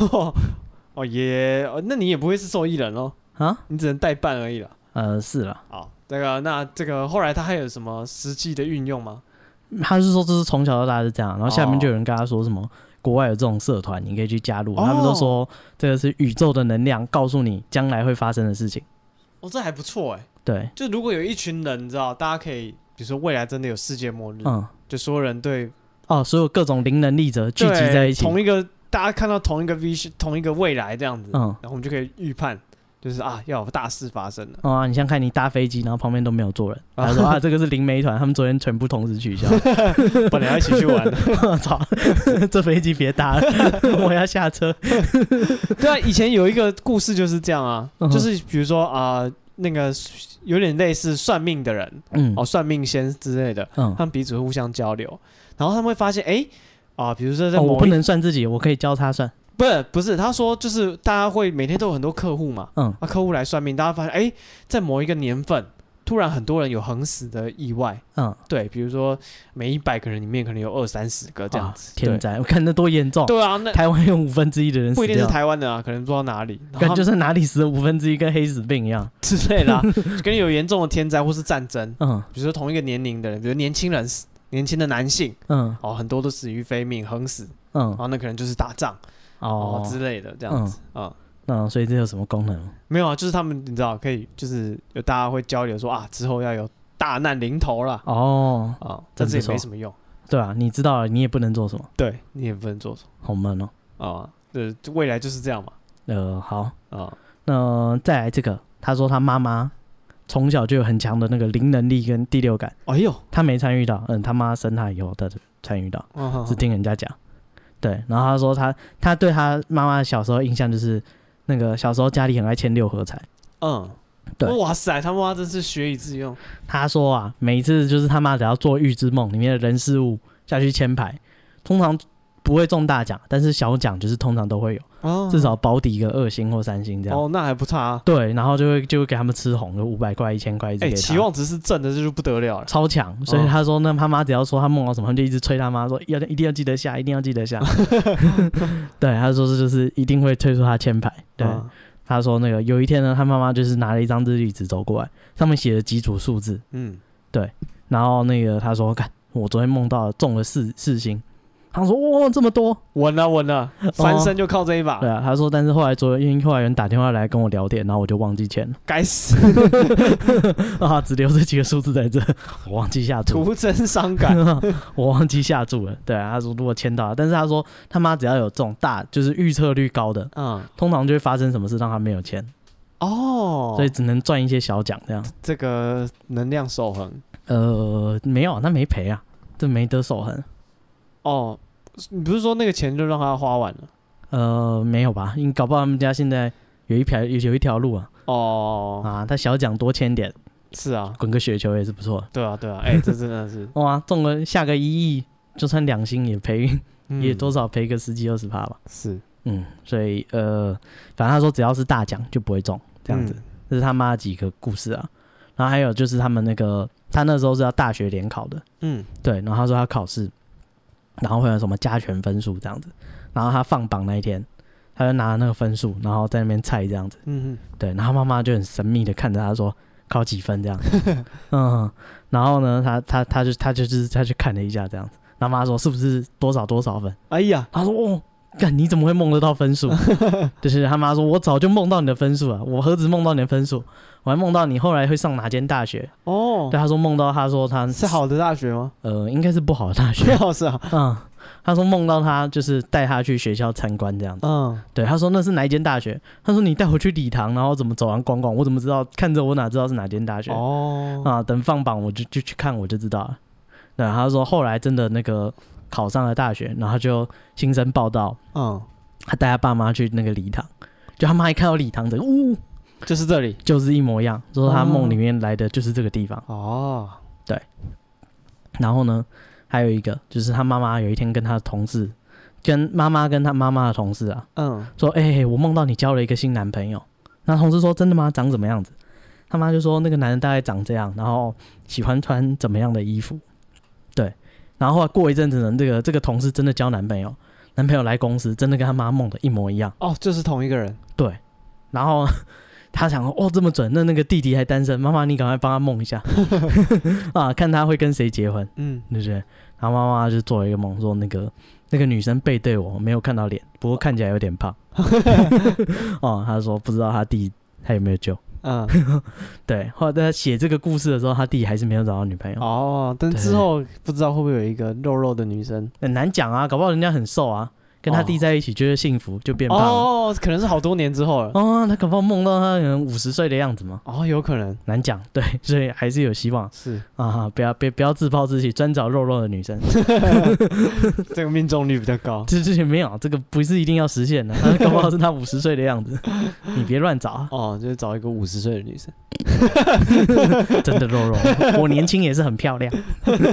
那你也不会是受益人哦。啊，你只能代办而已了。 是了。 好，那这个后来他还有什么实际的运用吗？ 他是说这是从小到大是这样，然后下面就有人跟他说什么国外有这种社团，你可以去加入。他们都说这个是宇宙的能量，告诉你将来会发生的事情。 这还不错哎。 对， 就如果有一群人，你知道，大家可以，比如说未来真的有世界末日，就所有人对所有各种灵能力者聚集在一起， 同一个大家看到同一个 vision， 同一个未来这样子，然后我们就可以预判。就是要有大事发生了。 你像看你搭飞机，然后旁边都没有坐人，他说这个是灵媒团，他们昨天全部同时取消， 本来要一起去玩的。 操，这飞机别搭了，我要下车。 对啊，以前有一个故事就是这样啊，就是比如说那个有点类似算命的人，算命仙之类的，他们彼此会互相交流，然后他们会发现，比如说在我不能算自己，我可以教他算。 不是，他说就是大家会每天都有很多客户嘛，客户来算命，大家发现在某一个年份，突然很多人有横死的意外，对，比如说每100个人里面可能有20-30个这样子， 天灾，我看那多严重。 对啊，那台湾有1/5的人死掉， 不一定是台湾的啊，可能不知道哪里， 感觉是哪里死了1/5，跟黑死病一样之类的，跟有严重的天灾或是战争，比如说同一个年龄的人，比如年轻人死，年轻的男性，很多都死于非命，横死，然后那可能就是打仗。之类的这样子所以这有什么功能？ 没有啊，就是他们你知道可以，就是有大家会交流说之后要有大难临头了但是也没什么用。 对啊，你知道了，你也不能做什么。 对，你也不能做什么。 好闷未来就是这样嘛。 好那再来这个，他说他妈妈从小就有很强的那个灵能力跟第六感。他没参与到，他妈生他以后他参与到，是听人家讲。对，然后他说他对他妈妈小时候印象就是那个小时候家里很爱签6合彩。对， 哇塞，他妈真是学以致用。 他说每一次就是他妈只要做预知梦里面的人事物下去签牌，通常不会中大奖，但是小奖就是通常都会有，至少保底个2星或3星这样。 那还不差啊。 对，然后就会给他们吃红，就500块、1000块一直给他。 期望值是正的，这就不得了了， 超强。所以他说，那他妈只要说他梦到什么，他就一直催他妈说一定要记得下，一定要记得下。对，他说这就是一定会催促他签牌。对，他说那个有一天呢，他妈妈就是拿了一张日历纸走过来，上面写了几组数字。对，然后那个他说，看我昨天梦到中了4星。他说哇这么多，稳了，翻身就靠这一把。对啊，他说但是后来有人打电话来跟我聊天，然后我就忘记签了， 该死只留这几个数字在这，我忘记下注， 徒增伤感。 我忘记下注了。对啊，他说如果签到，但是他说他妈只要有这种大就是预测率高的，通常就会发生什么事让他没有签所以只能赚一些小奖这样。 这个能量守恒没有，那没赔啊，这没得守恒。 你不是说那个钱就让他花完了？ 没有吧？搞不好他们家现在有一条路啊。他小奖多签点， 是啊， 滚个雪球也是不错。 对啊，这真的是中了下个1亿，就算2星也赔，也多少赔个10几20%吧。 是， 所以反正他说只要是大奖就不会中这样子。这是他妈几个故事啊。然后还有就是他们那个他那时候是要大学联考的，对，然后他说他考试。然后会有什么加权分数这样子，然后他放榜那一天，他就拿那个分数，然后在那边猜这样子，对，然后妈妈就很神秘的看着他说考几分这样，然后呢，他去看了一下这样子，然后妈说是不是多少多少分？ 哎呀， 他说干你怎么会梦得到分数？就是他妈说我早就梦到你的分数了，我何止梦到你的分数，我还梦到你后来会上哪间大学。对，他说梦到他说他是好的大学吗？ 应该是不好的大学。 是啊。 他说梦到他就是带他去学校参观这样子。对，他说那是哪一间大学？他说你带我去礼堂，然后怎么走完逛逛，我怎么知道？看着我哪知道是哪间大学？等放榜我就去看我就知道了。对，他说后来真的那个考上了大学，然后就新生报到。他带他爸妈去那个礼堂，就他妈一看到礼堂的， 就是这里， 就是一模一样，说他梦里面来的就是这个地方。对。然后呢，还有一个就是他妈妈有一天跟他的同事，跟他妈妈的同事啊，说我梦到你交了一个新男朋友。那同事说真的吗？长怎么样子？他妈就说那个男人大概长这样，然后喜欢穿怎么样的衣服。对， 然后后来过一阵子呢，这个同事真的交男朋友来公司，真的跟他妈梦的一模一样。 哦，就是同一个人。 对，然后他想说，哦，这么准，那个弟弟还单身，妈妈你赶快帮他梦一下啊，看他会跟谁结婚，对不对？然后妈妈就做了一个梦，说那个女生背对我，没有看到脸，不过看起来有点胖。哦，他说不知道他弟还有没有救。对，后来他写这个故事的时候，他弟还是没有找到女朋友。 哦，但之后不知道会不会有一个肉肉的女生， 很难讲啊，搞不好人家很瘦啊。跟他弟在一起觉得幸福，就变胖了。 哦，可能是好多年之后了。 哦，他搞不好梦到他可能50岁的样子嘛。 哦，有可能， 难讲。对，所以还是有希望。 是啊，不要自暴自弃，专找肉肉的女生。 这个命中率比较高。 之前没有，这个不是一定要实现的。搞不好是他50岁的样子，你别乱找啊。 哦，就是找一个50岁的女生。 真的肉肉，我年轻也是很漂亮。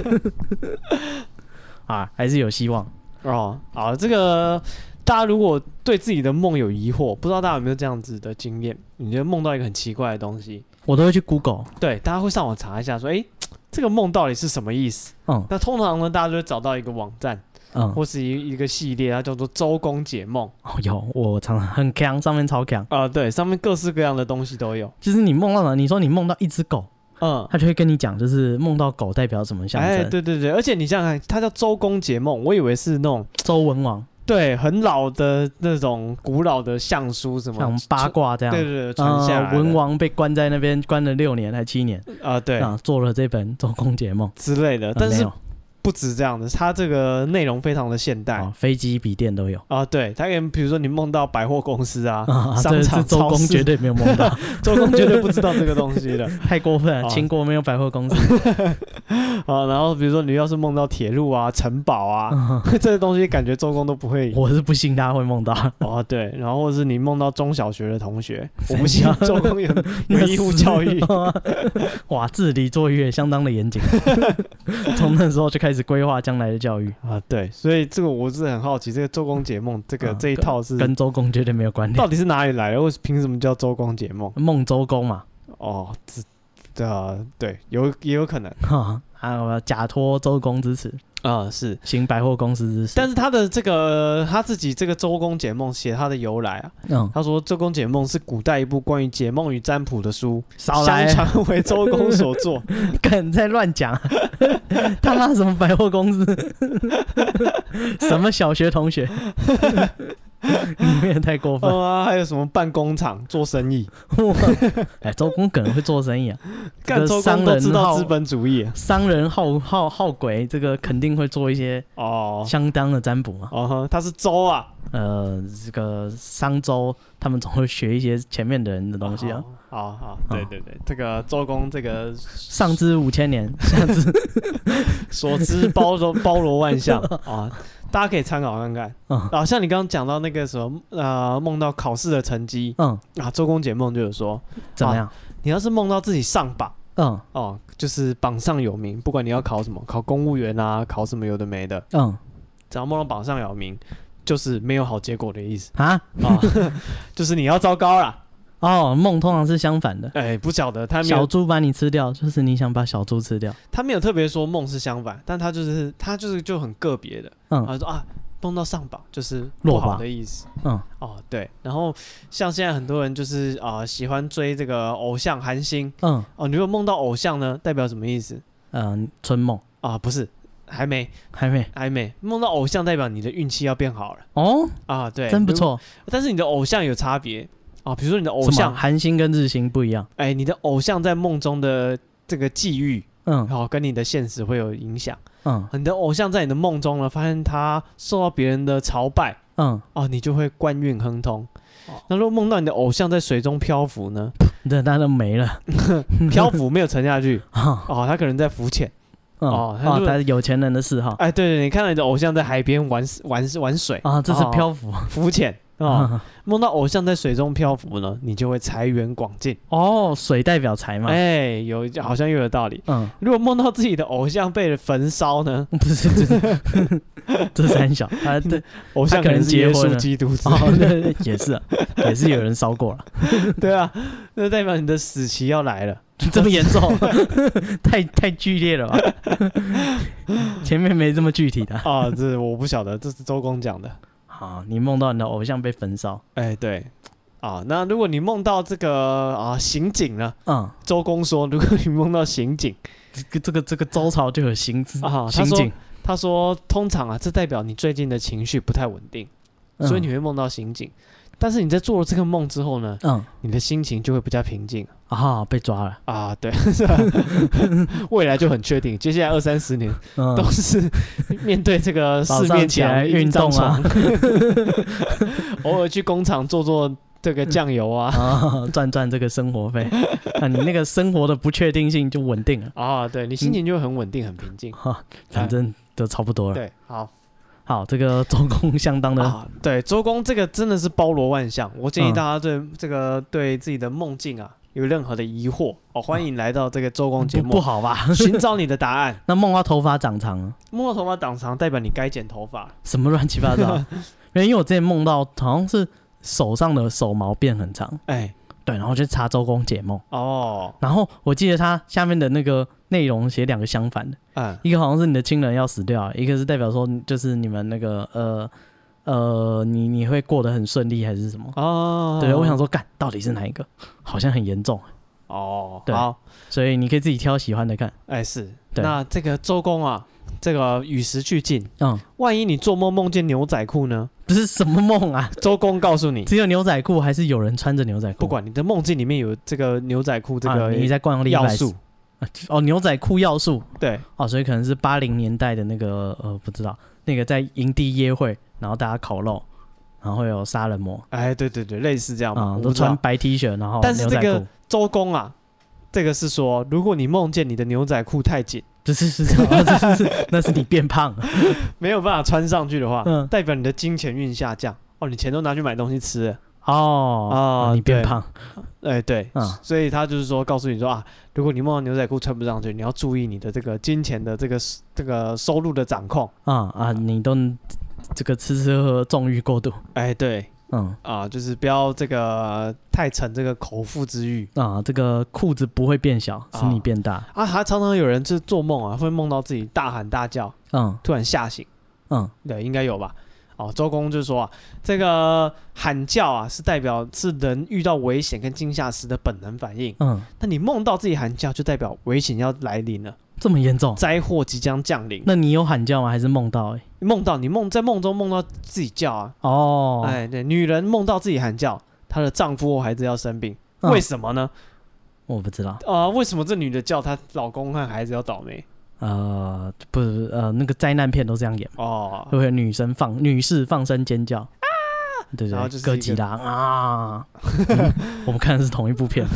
啊，还是有希望。 哦，好，这个大家如果对自己的梦有疑惑，不知道大家有没有这样子的经验？你觉得梦到一个很奇怪的东西， 我都会去 Google， 对，大家会上网查一下，说，这个梦到底是什么意思？那通常呢，大家就会找到一个网站，或是一个系列，它叫做周公解梦。 哦，有，我常常很强，上面超强对，上面各式各样的东西都有。 就是你梦到哪，你说你梦到一只狗。他就会跟你讲，就是梦到狗代表什么象征。 对对对，而且你想想看，它叫周公解梦，我以为是那种周文王， 对，很老的那种古老的相书，什么像八卦这样， 对对对，传下来。 文王被关在那边，关了6年还7年对做了这本周公解梦之类的，但是不止这样的，它这个内容非常的现代， 飞机、笔电都有对，它可以比如说你梦到百货公司商场、 周公绝对没有梦到， 周公绝对不知道这个东西的， 太过分了。秦国没有百货公司然后比如说你要是梦到铁路城堡这些东西，感觉周公都不会。 我是不信他会梦到对，然后或者是你梦到中小学的同学，我不信周公有义务教育。 哇，治理作业相当的严谨，从那时候就开始规划将来的教育对，所以这个我是很好奇，这个周公解梦这一套是跟周公绝对没有关联， 到底是哪里来的？凭什么叫周公解梦？ 梦周公嘛。 对，也有可能假托周公之词是行百货公司之实。 但是他自己这个周公解梦写他的由来他说周公解梦是古代一部关于解梦与占卜的书，相传为周公所作。 敢再乱讲他妈什么百货公司什么小学同学你们也太过分还有什么办工厂做生意周公可能会做生意干周公都知道资本主义商人好鬼，这个肯定会做一些相当的占卜他是周这个商周他们总会学一些前面的人的东西好，对对对，这个周公这个上知5000年，下知所知包罗万象大家可以参考看看像你刚刚讲到那个什么梦到考试的成绩周公解梦就有说怎么样， 你要是梦到自己上榜就是榜上有名，不管你要考什么，考公务员考什么有的没的只要梦到榜上有名，就是没有好结果的意思就是你要糟糕啦梦通常是相反的。 不晓得他小猪把你吃掉，就是你想把小猪吃掉。 他没有特别说梦是相反，但他就很个别的。他说梦到上榜就是不好的意思。对。然后像现在很多人就是喜欢追这个偶像韩星。你如果梦到偶像呢，代表什么意思？ 春梦不是。还没，梦到偶像代表你的运气要变好了对， 真不错。 但是你的偶像有差别比如说你的偶像韩星跟日星不一样。 你的偶像在梦中的这个际遇，跟你的现实会有影响。你的偶像在你的梦中呢，发现他受到别人的朝拜，你就会官运亨通。那如果梦到你的偶像在水中漂浮呢？ 那他都没了， 漂浮没有沉下去他可能在浮潜。 他是有钱人的嗜好。 对，你看到你的偶像在海边玩水这是漂浮浮潜哦，梦到偶像在水中漂浮呢，你就会财源广进。 哦，水代表财嘛？ 哎，好像又有道理。如果梦到自己的偶像被焚烧呢？ 不是，这三小他的偶像可能是耶稣基督对，也是有人烧过了。 对啊，那代表你的死期要来了。 这么严重？太剧烈了吧？前面没这么具体的啊，这我不晓得，这是周公讲的。 好，你梦到你的偶像被焚烧， 哎，对，啊，那如果你梦到这个刑警呢？周公说，如果你梦到刑警， 这个周朝就有刑警。 他说，通常啊，这代表你最近的情绪不太稳定，所以你会梦到刑警。但是你在做了这个梦之后呢，你的心情就会比较平静啊，被抓了啊，对，未来就很确定，接下来20-30年都是面对这个四面墙运动啊， 偶尔去工厂做这个酱油啊， 赚这个生活费，你那个生活的不确定性就稳定了啊，对你心情就会很稳定很平静， 反正都差不多了， 对， 好，这个周公相当的对，周公这个真的是包罗万象。我建议大家对自己的梦境啊有任何的疑惑欢迎来到这个周公节目， 不好吧？ 寻找你的答案。 那梦到头发长长， 梦到头发长长代表你该剪头发， 什么乱七八糟？因为我之前梦到好像是手上的手毛变很长，对，然后就查周公解梦然后我记得他下面的那个内容写2个相反的，一个好像是你的亲人要死掉，一个是代表说就是你们那个你会过得很顺利还是什么对，我想说干到底是哪一个，好像很严重对，好，所以你可以自己挑喜欢的看。 是，那这个周公啊，这个与时俱进，万一你做梦见牛仔裤呢？ 不是什么梦啊？ 周公告诉你， 只有牛仔裤还是有人穿着牛仔裤？ 不管你的梦境里面有这个牛仔裤这个你在逛要素牛仔裤要素， 对所以可能是80年代的那个不知道那个在营地约会，然后大家烤肉，然后会有杀人魔， 对，类似这样嘛， 都穿白 T 恤，然后但是这个周公啊，这个是说，如果你梦见你的牛仔裤太紧， 是那是你变胖了， 没有办法穿上去的话，代表你的金钱运下降你钱都拿去买东西吃了你变胖， 对，所以他就是说告诉你说如果你梦到牛仔裤穿不上去，你要注意你的这个金钱的这个收入的掌控你都这个吃喝纵欲过度， 对。就是不要这个太逞这个口腹之欲这个裤子不会变小，是你变大还常常有人就是做梦会梦到自己大喊大叫，突然吓醒，对，应该有吧？周公就说这个喊叫是代表是人遇到危险跟惊吓时的本能反应，那你梦到自己喊叫，就代表危险要来临了。 这么严重， 灾祸即将降临。 那你有喊叫吗？还是梦到？ 梦到在梦中梦到自己叫对，女人梦到自己喊叫，她的丈夫或孩子要生病，为什么呢？ 我不知道为什么这女的叫她老公和孩子要倒霉？ 不是那个灾难片都这样演会有女士放声尖叫对，然后就是哥吉拉我们看的是同一部片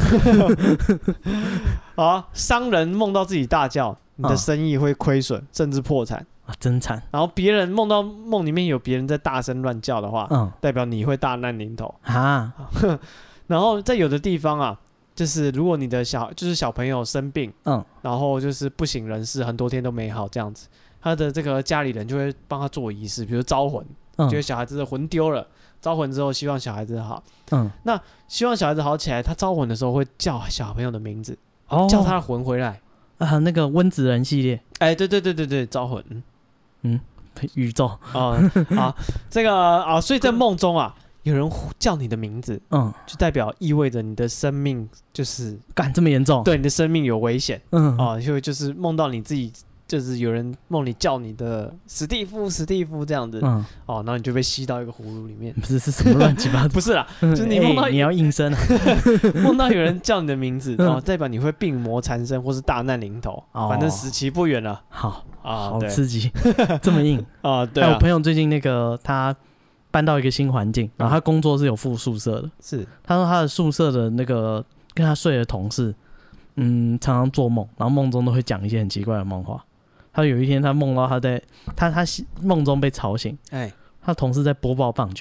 商人梦到自己大叫，你的生意会亏损甚至破产真惨。 然后别人梦到梦里面有别人在大声乱叫的话，代表你会大难临头然后在有的地方就是如果你的小朋友生病然后就是不省人事很多天都没好这样子，他的这个家里人就会帮他做仪式，比如招魂，觉得小孩子的魂丢了，招魂之后希望小孩子好那希望小孩子好起来，他招魂的时候会叫小朋友的名字叫他的魂回来那个温子仁系列对招魂宇宙这个所以在梦中有人叫你的名字就代表意味着你的生命就是干这么严重， 对，你的生命有危险就是梦到你自己就是有人梦里叫你的史蒂夫这样子然后你就被吸到一个葫芦里面， 不是什么乱七八糟不是啦就是你梦到你要应声梦到有人叫你的名字代表你会病魔缠身或是大难临头反正死期不远了好刺激这么硬对我朋友最近那个他搬到一个新环境，然后他工作是有附宿舍的是他说他的宿舍的那个跟他睡的同事常常做梦，然后梦中都会讲一些很奇怪的梦话。他有一天他梦到他梦中被吵醒他同事在播报棒球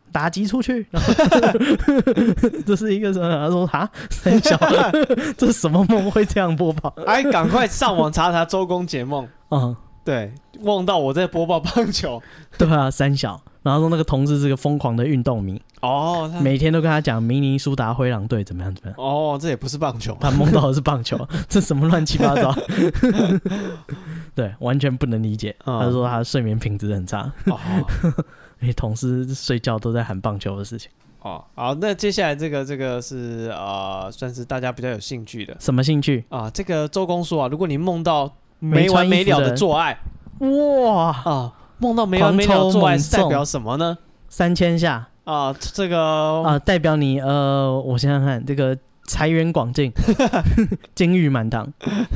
打击出去，这是一个什么？他说哈，三小，这什么梦会这样播报？ 哎，赶快上网查查周公解梦。对，梦到我在播报棒球。 对啊，三小。然后说那个同事是个疯狂的运动迷每天都跟他讲明尼苏达灰狼队怎么样。 这也不是棒球， 他梦到的是棒球，这什么乱七八糟？对，完全不能理解。他说他的睡眠品质很差。因为同事睡觉都在喊棒球的事情。 好，那接下来这个是算是大家比较有兴趣的。 什么兴趣这个周公说如果你梦到没完没了的做爱，哇梦到没完没了的做爱是代表什么呢 ？3000下这个代表你我想想看，这个财源广进，金玉满堂。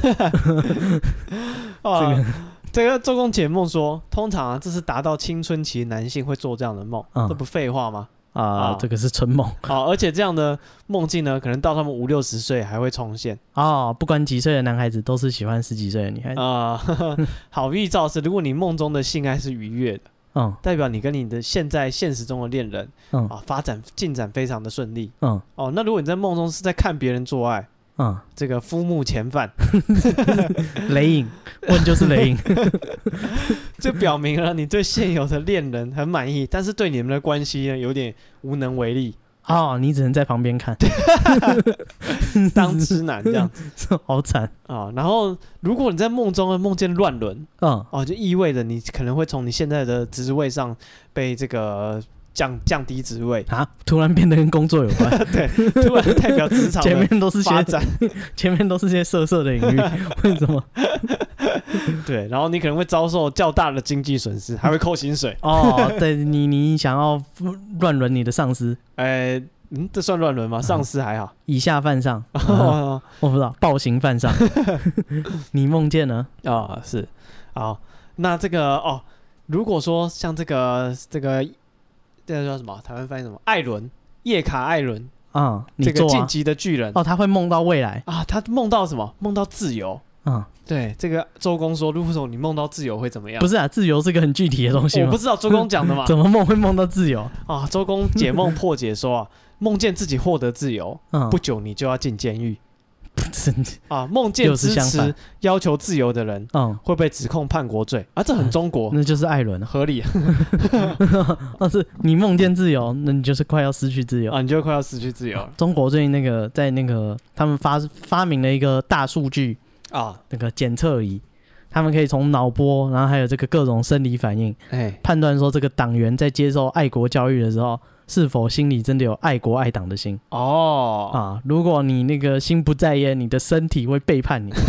这个周公解梦说，通常这是达到青春期男性会做这样的梦，这不废话吗？ 这个是春梦。 而且这样的梦境呢，可能到他们50-60岁还会重现。 不管几岁的男孩子都是喜欢10几岁的女孩子。 好预兆是，如果你梦中的性爱是愉悦的，代表你跟你的现实中的恋人，进展非常的顺利。那如果你在梦中是在看别人做爱，这个夫目前犯， 雷影，问就是雷影， 就表明了你对现有的恋人很满意，但是对你们的关系呢有点无能为力。 你只能在旁边看， 当痴男这样子， 好惨然后，如果你在梦中梦见乱伦，就意味着你可能会从你现在的职位上被这个降低职位突然变得跟工作有关。 对，突然代表职场前面都是发展， 前面都是些色色的隐喻，为什么？ 对，然后你可能会遭受较大的经济损失，还会扣薪水。 对，你想要乱伦你的上司？ 这算乱伦吗？上司还好， 以下犯上。我不知道，暴行犯上。你梦见呢？ 是。好，那这个如果说像这个叫什么？台湾翻译什么？艾伦，叶卡艾伦这个晋级的巨人他会梦到未来他梦到什么？梦到自由。对，这个周公说，如果你梦到自由会怎么样？ 不是自由是个很具体的东西吗？ 我不知道，周公讲的嘛。 怎么梦会梦到自由周公解梦破解说梦见自己获得自由，不久你就要进监狱。梦见支持要求自由的人，会被指控叛国罪这很中国， 那就是艾伦， 合理。 但是你梦见自由，那你就是快要失去自由你就快要失去自由了。 中国最近在他们发明了一个大数据那个检测仪，他们可以从脑波，然后还有这个各种生理反应，判断说这个党员在接受爱国教育的时候，是否心里真的有爱国爱党的心。如果你那个心不在焉，你的身体会背叛你。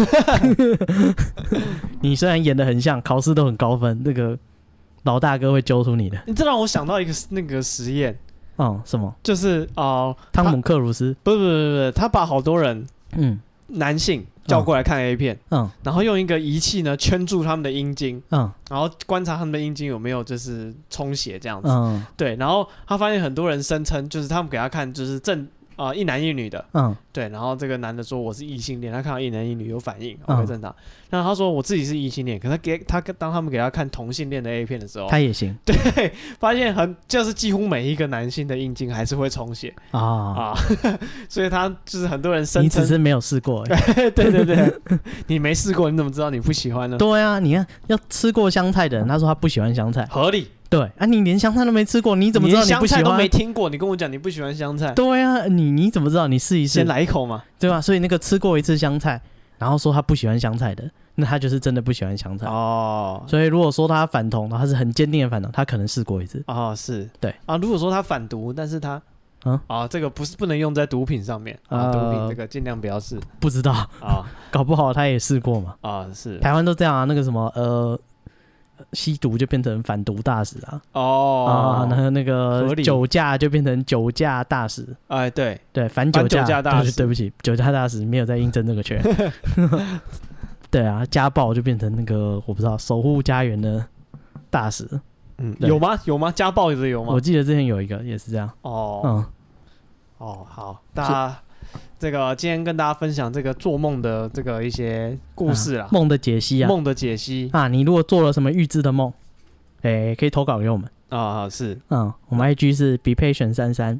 你虽然演得很像，考试都很高分，那个老大哥会揪出你的。 你这让我想到一个那个实验。 什么？ 就是汤姆克鲁斯？ 不，他把好多人男性叫过来看 A 片，然后用一个仪器呢圈住他们的阴茎，然后观察他们的阴茎有没有就是充血这样子，对，然后他发现很多人声称就是他们给他看就是一男一女的，对，然后这个男的说我是异性恋，他看到一男一女有反应，OK 正常。然后他说我自己是异性恋，可是当他们给他看同性恋的 A 片的时候， 他也行， 对，发现就是几乎每一个男性的阴茎还是会充血所以他就是很多人声称你只是没有试过对，你没试过你怎么知道你不喜欢呢？ 对啊，你看要吃过香菜的人，他说他不喜欢香菜， 合理。 对你连香菜都没吃过，你怎么知道你不喜欢？ 香菜都没听过，你跟我讲你不喜欢香菜？ 对啊，你怎么知道？你试一试， 先来一口嘛， 对吧？所以那个吃过一次香菜，然后说他不喜欢香菜的，那他就是真的不喜欢香菜所以如果说他反同，他是很坚定的反同，他可能试过一次是对如果说他反毒，但是他这个不能用在毒品上面毒品这个尽量不要试。不知道搞不好他也试过嘛是台湾都这样那个什么吸毒就变成反毒大使然后那个酒驾就变成酒驾大使对反酒驾大使，对不起，酒驾大使没有在应征这个缺对家暴就变成那个我不知道守护家园的大使有吗家暴的有吗？ 我记得之前有一个也是这样好，大家这个今天跟大家分享这个做梦的这个一些故事梦的解析梦的解析你如果做了什么预知的梦可以投稿给我们啊，是， 我们 IG 是 bepatient33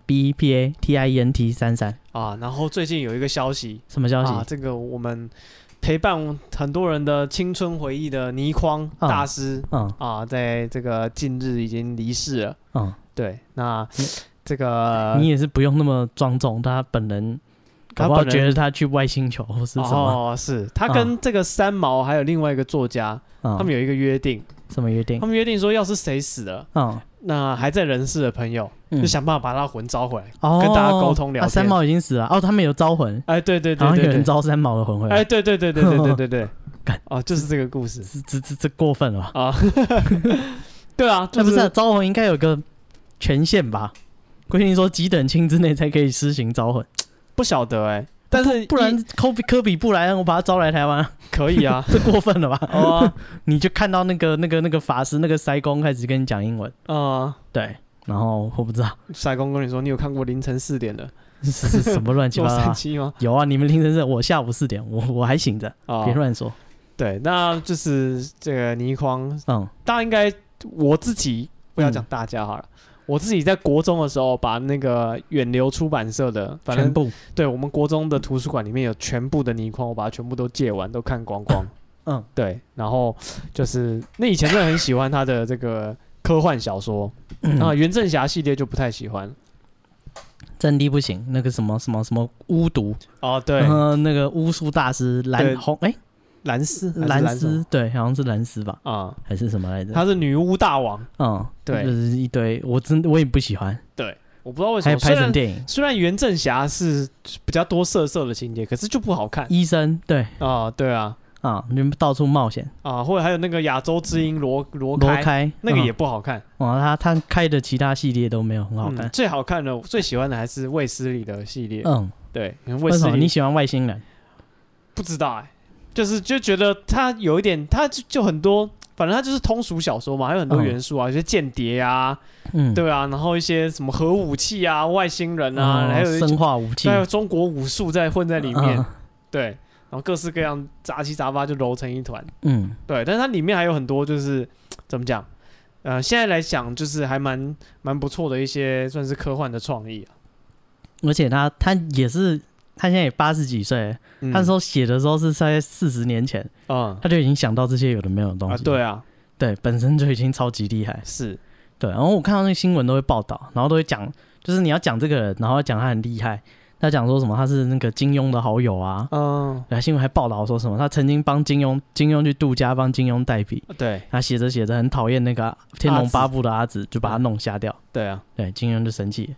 BEPATIENT33 啊。然后最近有一个消息， 什么消息？ 这个我们陪伴很多人的青春回忆的倪匡大师，在这个近日已经离世了。对，那这个你也是不用那么庄重，他本人。搞不好觉得他去外星球或是什么？ 是他跟这个三毛还有另外一个作家，他们有一个约定。 什么约定？ 他们约定说，要是谁死了，那还在人世的朋友，就想办法把他魂招回来，跟大家沟通聊天。 三毛已经死了，他们有招魂。 哎，对， 然后有人招三毛的魂回来。 哎，对，就是这个故事。 这过分了啊！ 对啊， 不是招魂应该有个权限吧？规定说几等亲之内才可以施行招魂。 不晓得但是不然科比布莱恩我把他招来台湾可以啊， 这过分了吧？你就看到那个法师那个塞公开始跟你讲英文对，然后我不知道塞公跟你说，你有看过凌晨4点的是什么乱七八糟吗？ 有啊，你们凌晨4，我下午4点，我还醒着，别乱说。 对，那就是这个倪匡，大家应该，我自己不要讲大家好了。我自己在国中的时候，把那个远流出版社的，反正对我们国中的图书馆里面有全部的倪匡，我把它全部都借完，都看光光。对，然后就是那以前真的很喜欢他的这个科幻小说，袁振侠系列就不太喜欢。 真的不行，那个什么巫毒对， 那个巫术大师蓝斯，对，好像是蓝斯吧？还是什么来着？ 他是女巫大王。对， 就是一堆，我也不喜欢。 对，我不知道为什么。 还拍成电影， 虽然袁振侠是比较多色的情节，可是就不好看。 医生，对对啊， 你们到处冒险或者还有那个亚洲之鹰罗开，那个也不好看。 他开的其他系列都没有很好看。 最好看的，最喜欢的还是卫斯理的系列。对， 为什么你喜欢外星人？ 不知道就觉得他有一点，他就很多，反正他就是通俗小说嘛，还有很多元素有些间谍啊，对啊，然后一些什么核武器啊、外星人啊，还有生化武器， 还有中国武术在混在里面，对，然后各式各样杂七杂八就揉成一团，对，但是它里面还有很多就是怎么讲，现在来讲就是还蛮不错的一些算是科幻的创意而且他也是。他现在也80几岁，他那时候写的时候是在40年前，他就已经想到这些有的没有的东西。 对啊， 对，本身就已经超级厉害。 是， 对。然后我看到那个新闻都会报道，然后都会讲，就是你要讲这个人，然后讲他很厉害。他讲说什么他是那个金庸的好友啊，然后新闻还报道说什么他曾经帮金庸去度假，帮金庸代笔。 对， 他写着很讨厌那个《天龙八部》的阿紫，就把他弄瞎掉。 对啊， 对，金庸就生气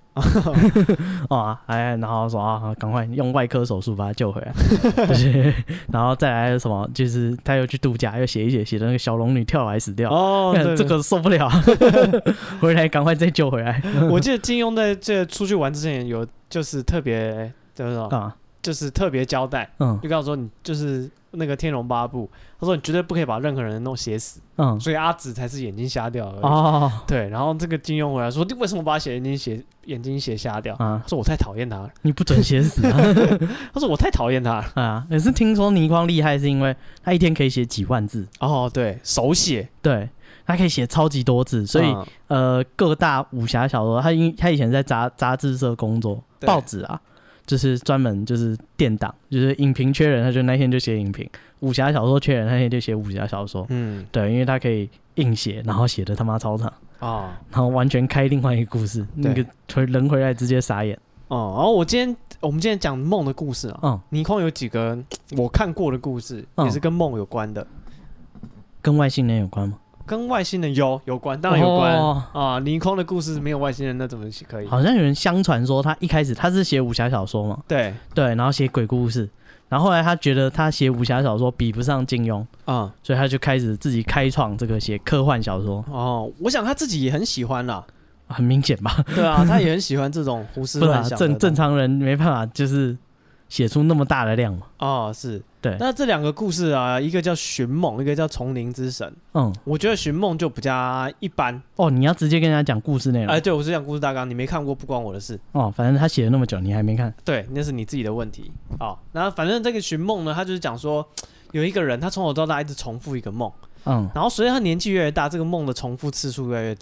然后说赶快用外科手术把他救回来。然后再来什么，就是他又去度假，又写的那个小龙女跳海死掉。对，这个受不了，回来赶快再救回来。 我记得金庸在这出去玩之前有就是特别就是特别交代，就告诉说你就是那个《天龙八部》，他说你绝对不可以把任何人弄写死，所以阿紫才是眼睛瞎掉而已。对，然后这个金庸回来说，你为什么把眼睛写瞎掉？他说我太讨厌他了， 你不准写死啊！ 他说我太讨厌他了也是听说倪匡厉害是因为他一天可以写几万字对，手写， 对。他可以写超级多字，所以各大武侠小说，他以前在杂志社工作，报纸啊，就是专门就是垫档，就是影评缺人，他就那天就写影评；武侠小说缺人，那天就写武侠小说。对，因为他可以硬写，然后写的他妈超长然后完全开另外一个故事，那个人回来直接傻眼。 然后我们今天讲梦的故事倪匡有几个我看过的故事，也是跟梦有关的， 跟外星人有关吗？ 跟外星人有关，当然有关倪匡的故事没有外星人，那怎么可以？ 好像有人相传说他一开始他是写武侠小说嘛， 对， 然后写鬼故事，然后后来他觉得他写武侠小说比不上金庸所以他就开始自己开创这个写科幻小说。 我想他自己也很喜欢啦， 很明显吧？ 对啊，他也很喜欢这种胡思乱想的。 正常人没办法就是写出那么大的量嘛。是。 对， 那这两个故事一个叫寻梦，一个叫丛林之神。我觉得寻梦就比较一般。 你要直接跟人家讲故事内容。 对，我是讲故事大纲，你没看过不关我的事。 反正他写了那么久，你还没看。 对，那是你自己的问题。然后反正这个寻梦呢，他就是讲说有一个人，他从头到大一直重复一个梦。然后随着他年纪越来越大，这个梦的重复次数越来越多。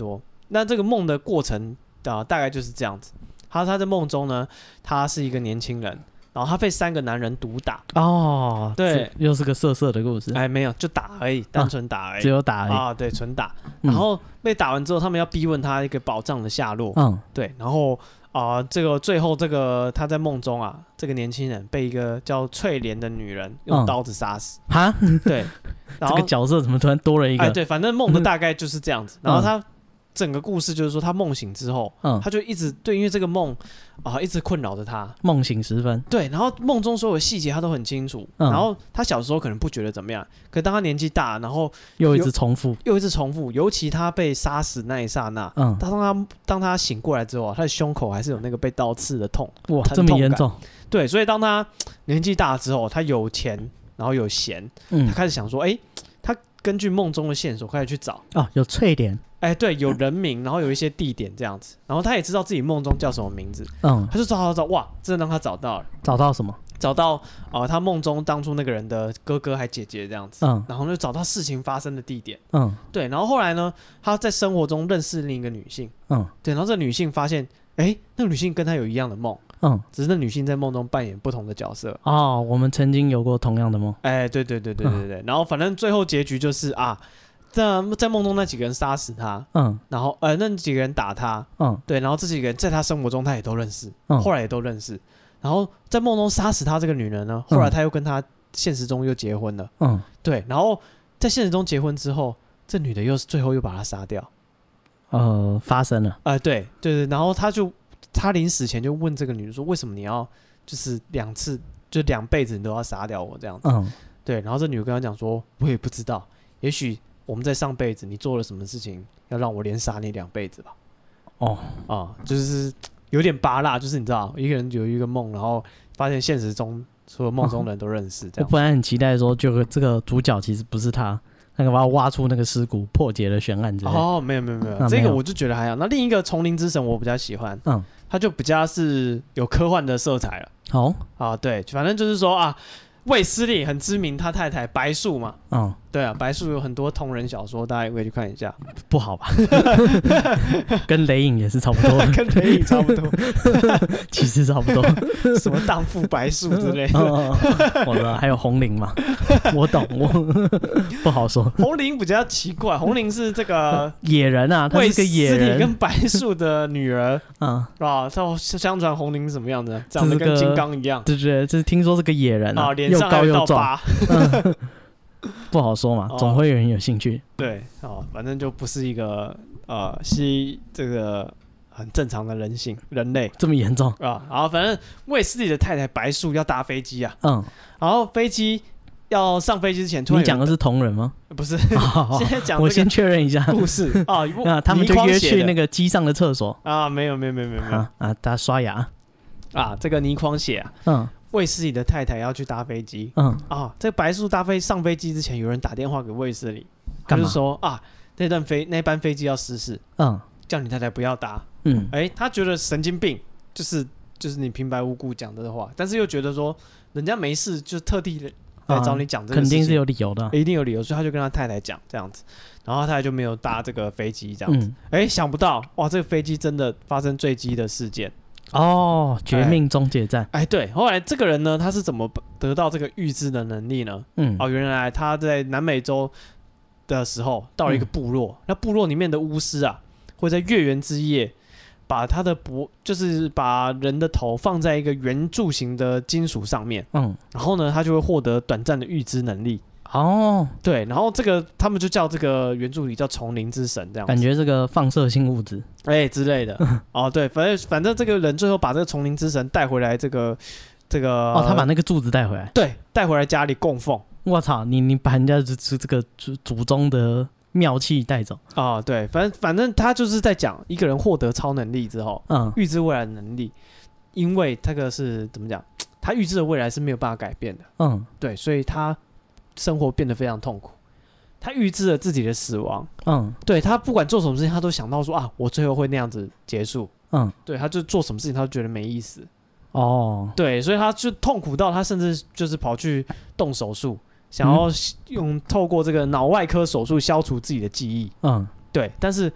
那这个梦的过程大概就是这样子。他在梦中呢，他是一个年轻人，然后他被3个男人毒打。 哦， 对， 又是个色色的故事。 没有，就打而已，单纯打而已， 只有打而已啊，对，纯打。然后被打完之后，他们要逼问他一个宝藏的下落。对，然后这个最后这个他在梦中啊，这个年轻人被一个叫翠莲的女人用刀子杀死。 哈， 对，然后这个角色怎么突然多了一个？ 对，反正梦的大概就是这样子。然后他整个故事就是说，他梦醒之后，他就一直对，因为这个梦一直困扰着他。 梦醒时分， 对，然后梦中所有的细节他都很清楚。然后他小时候可能不觉得怎么样，可当他年纪大，然后又一直重复， 尤其他被杀死那一刹那，当他醒过来之后，他的胸口还是有那个被刀刺的痛， 哇，这么严重。 对，所以当他年纪大之后，他有钱，然后有闲，他开始想说，他根据梦中的线索开始去找。 有翠莲。 对，有人名，然后有一些地点这样子，然后他也知道自己梦中叫什么名字，他就找，哇，真的让他找到了。 找到什么？ 找到他梦中当初那个人的哥哥还姐姐这样子，然后就找到事情发生的地点，对，然后后来呢，他在生活中认识另一个女性，对，然后这女性发现，那个女性跟他有一样的梦，只是那女性在梦中扮演不同的角色。 我们曾经有过同样的梦。 对，然后反正最后结局就是在梦中那几个人杀死他，然后那几个人打他，对，然后这几个人在他生活中他也都认识，后来也都认识，然后在梦中杀死他这个女人呢，后来他又跟他现实中又结婚了，对，然后在现实中结婚之后，这女的最后又把他杀掉， 发生了， 对，然后他临死前就问这个女的说，为什么你要就是2次就2辈子你都要杀掉我这样子，对，然后这女的跟他讲说，我也不知道，也许我们在上辈子你做了什么事情，要让我连杀你2辈子吧？就是有点拔辣，就是你知道，一个人有一个梦，然后发现现实中所有梦中的人都认识。这样， 我本来很期待说，就这个主角其实不是他，那个把他挖出那个尸骨，破解了悬案之类的。 没有，这个我就觉得还好。那另一个丛林之神我比较喜欢，他就比较是有科幻的色彩了。对，反正就是说卫斯理很知名，他太太白素嘛。对啊，白素有很多同人小说，大家也可以去看一下。 不好吧？跟雷影也是差不多， 跟雷影差不多， 其实差不多。 什么荡妇白素之类的。 我知道，还有红菱嘛？我懂，我不好说。 红菱比较奇怪，红菱是这个野人啊，她是个野人， 卫斯理跟白素的女儿。相传红菱是什么样子？长得跟金刚一样。 对，就是听说是个野人啊， 脸上还有道疤。 不好说嘛，总会有人有兴趣。 对，反正就不是一个这个很正常的人类这么严重然后反正卫斯理的太太白素要搭飞机然后飞机要上飞机之前，突然你讲的是同人吗？ 不是，现在讲我先确认一下故事他们就约去那个机上的厕所没有他刷牙这个倪匡写卫斯理的太太要去搭飞机，这个白素上飞机之前，有人打电话给卫斯理，就是说那班飞机要失事，叫你太太不要搭，他觉得神经病，就是你平白无故讲的话，但是又觉得说人家没事，就特地来找你讲这个事情， 肯定是有理由的， 一定有理由，所以他就跟他太太讲这样子，然后他太太就没有搭这个飞机这样子，想不到这个飞机真的发生坠机的事件。 绝命终结战。 对，后来这个人呢，他是怎么得到这个预知的能力呢？原来他在南美洲的时候到了一个部落，那部落里面的巫师会在月圆之夜把他的就是把人的头放在一个圆柱形的金属上面，然后呢，他就会获得短暂的预知能力。对，然后他们就叫这个圆柱体叫丛林之神，这样子感觉这个放射性物质之类的对，反正这个人最后把这个丛林之神带回来，这个他把那个柱子带回来， 对，带回来家里供奉。 我操，你把人家这个祖宗的妙器带走对，反正他就是在讲一个人获得超能力之后，预知未来的能力，因为这个是怎么讲，他预知的未来是没有办法改变的，对，所以他生活变得非常痛苦，他预知了自己的死亡，对，他不管做什么事情，他都想到说我最后会那样子结束，对，他就做什么事情他都觉得没意思，对，所以他就痛苦到他甚至就是跑去动手术，想要透过这个脑外科手术消除自己的记忆，对，但是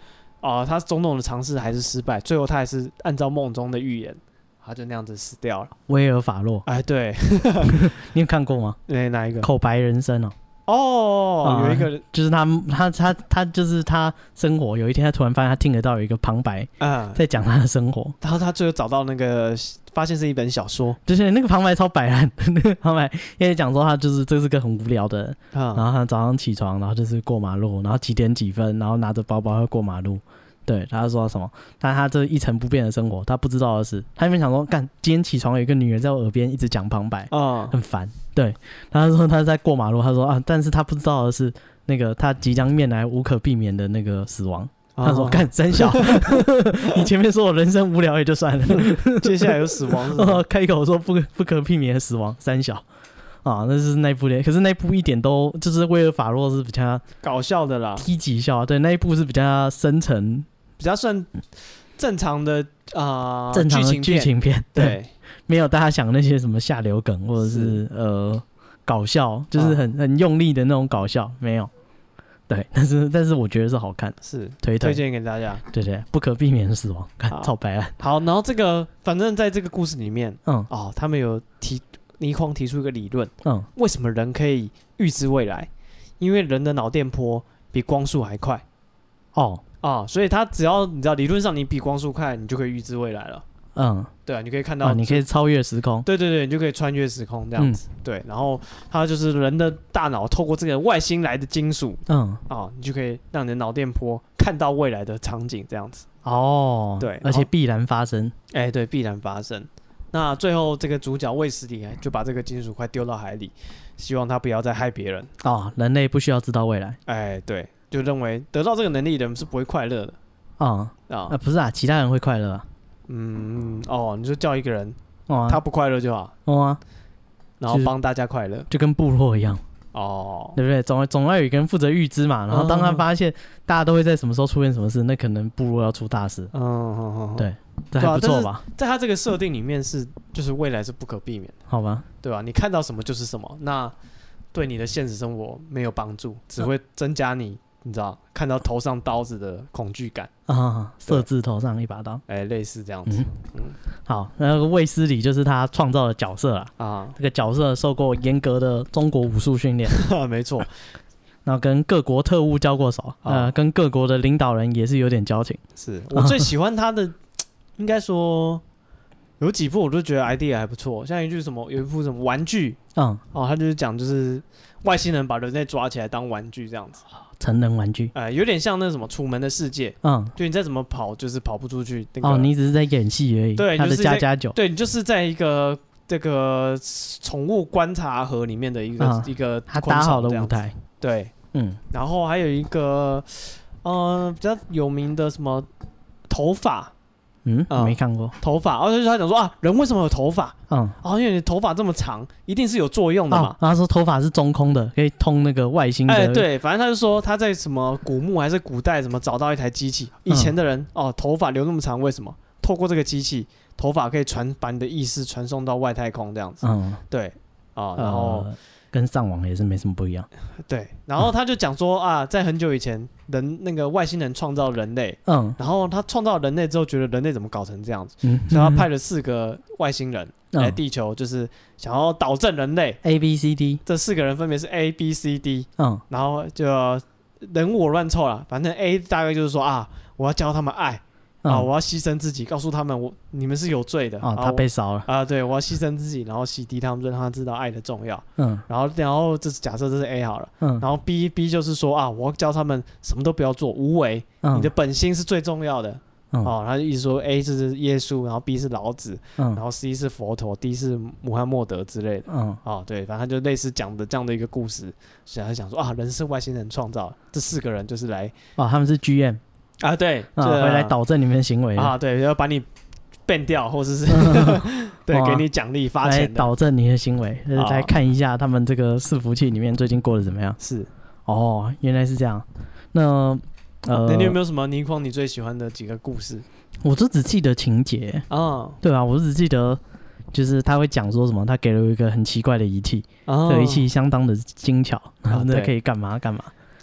他种种的尝试还是失败，最后他还是按照梦中的预言，他就那样子死掉了。 威尔法洛， 哎，对， 你有看过吗？ 哪一个？ 口白人生有一个就是他就是他生活，有一天他突然发现他听得到有一个旁白在讲他的生活， 然后他最后找到那个发现是一本小说， 就是那个旁白超白烂，那个旁白因为讲说他就是这是个很无聊的人，然后他早上起床，然后就是过马路，然后几点几分，然后拿着包包要过马路。对，他说什么？但他这一成不变的生活，他不知道的是，他那边想说，今天起床有一个女人在我耳边一直讲旁白，很烦。对，他说他在过马路，他说但是他不知道的是，那个他即将面来无可避免的那个死亡。他说三小，你前面说我人生无聊也就算了， 接下来有死亡， 开口说不可避免的死亡，三小。那是那部的，可是那部一点都就是威尔法洛是比较搞笑的啦， 低级笑。对，那一部是比较深沉。 比较算正常的正常的剧情片， 对， 没有大家想那些什么下流梗或者是搞笑，就是很用力的那种搞笑，没有。对，但是我觉得是好看， 是推荐给大家。 对，不可避免的死亡，看超白烂。 好，然后这个反正在这个故事里面，他们有倪匡提出一个理论，为什么人可以预知未来？因为人的脑电波比光速还快。所以他只要你知道，理论上你比光速快，你就可以预知未来了。对啊，你可以看到， 你可以超越时空。 对，你就可以穿越时空这样子。对，然后它就是人的大脑透过这个外星来的金属，你就可以让你的脑电波看到未来的场景这样子。对， 而且必然发生。 对，必然发生。那最后这个主角卫斯理就把这个金属块丢到海里，希望他不要再害别人。 人类不需要知道未来。 对。就认为得到这个能力的人是不会快乐的不是其他人会快乐啊。 你就叫一个人他不快乐就好然后帮大家快乐， 就跟部落一样对不对？总要有一个人负责预知嘛。然后当他发现大家都会在什么时候出现什么事，那可能部落要出大事。对，这还不错吧？ 在他这个设定里面就是未来是不可避免的， 好吧？ 对吧？你看到什么就是什么，那对你的现实生活没有帮助，只会增加你知道看到头上刀子的恐惧感色字头上一把刀， 类似这样子。 好，那个卫斯理就是他创造的角色啦这个角色受过严格的中国武术训练没错， 然后跟各国特务交过手跟各国的领导人也是有点交情。 是我最喜欢他的应该说有几部我都觉得 idea 还不错，像有一部什么玩具他就是讲就是外星人把人类抓起来当玩具这样子， 成人玩具， 有点像那什么楚门的世界，就你再怎么跑就是跑不出去， 你只是在演戏而已。 对， 他的++9， 对，你就是在一个这个宠物观察盒里面的一个他搭好的舞台。 对，然后还有一个比较有名的什么头发。 没看过头发，就是他讲说人为什么有头发？因为你头发这么长，一定是有作用的嘛。 然后说头发是中空的，可以通那个外星的。 对，反正他就说他在什么古墓还是古代什么找到一台机器，以前的人头发留那么长，为什么？透过这个机器，头发可以把你的意识传送到外太空这样子。对然后。 跟上网也是没什么不一样。 对，然后他就讲说在很久以前，那个外星人创造人类，然后他创造人类之后，觉得人类怎么搞成这样子，所以他派了4个外星人来地球，就是想要导正人类。 ABCD 这4个人分别是 ABCD，然后就人我乱凑了，反正 A 大概就是说我要教他们爱。我要牺牲自己，告诉他们你们是有罪的。 他被烧了对，我要牺牲自己，然后洗涤他们，让他知道爱的重要。然后这是假设这是 A 好了。然后 B 就是说我要教他们什么都不要做，无为，你的本心是最重要的。他就意思说 A 就是耶稣，然后 B 是老子，然后 C 是佛陀，D 是穆罕默德之类的。对，反正他就类似讲的这样的一个故事，所以他想说人是外星人创造的，这4个人就是来他们是 GM。 对， 回来导正你们的行为对，要把你变掉，或者是对，给你奖励发钱的， 来导正你的行为，来看一下他们这个伺服器里面最近过得怎么样。 是原来是这样。那你有没有什么倪匡你最喜欢的几个故事？ 我就只记得情节对啊，我只记得就是他会讲说什么，他给了一个很奇怪的仪器，这个仪器相当的精巧，然后可以干嘛干嘛。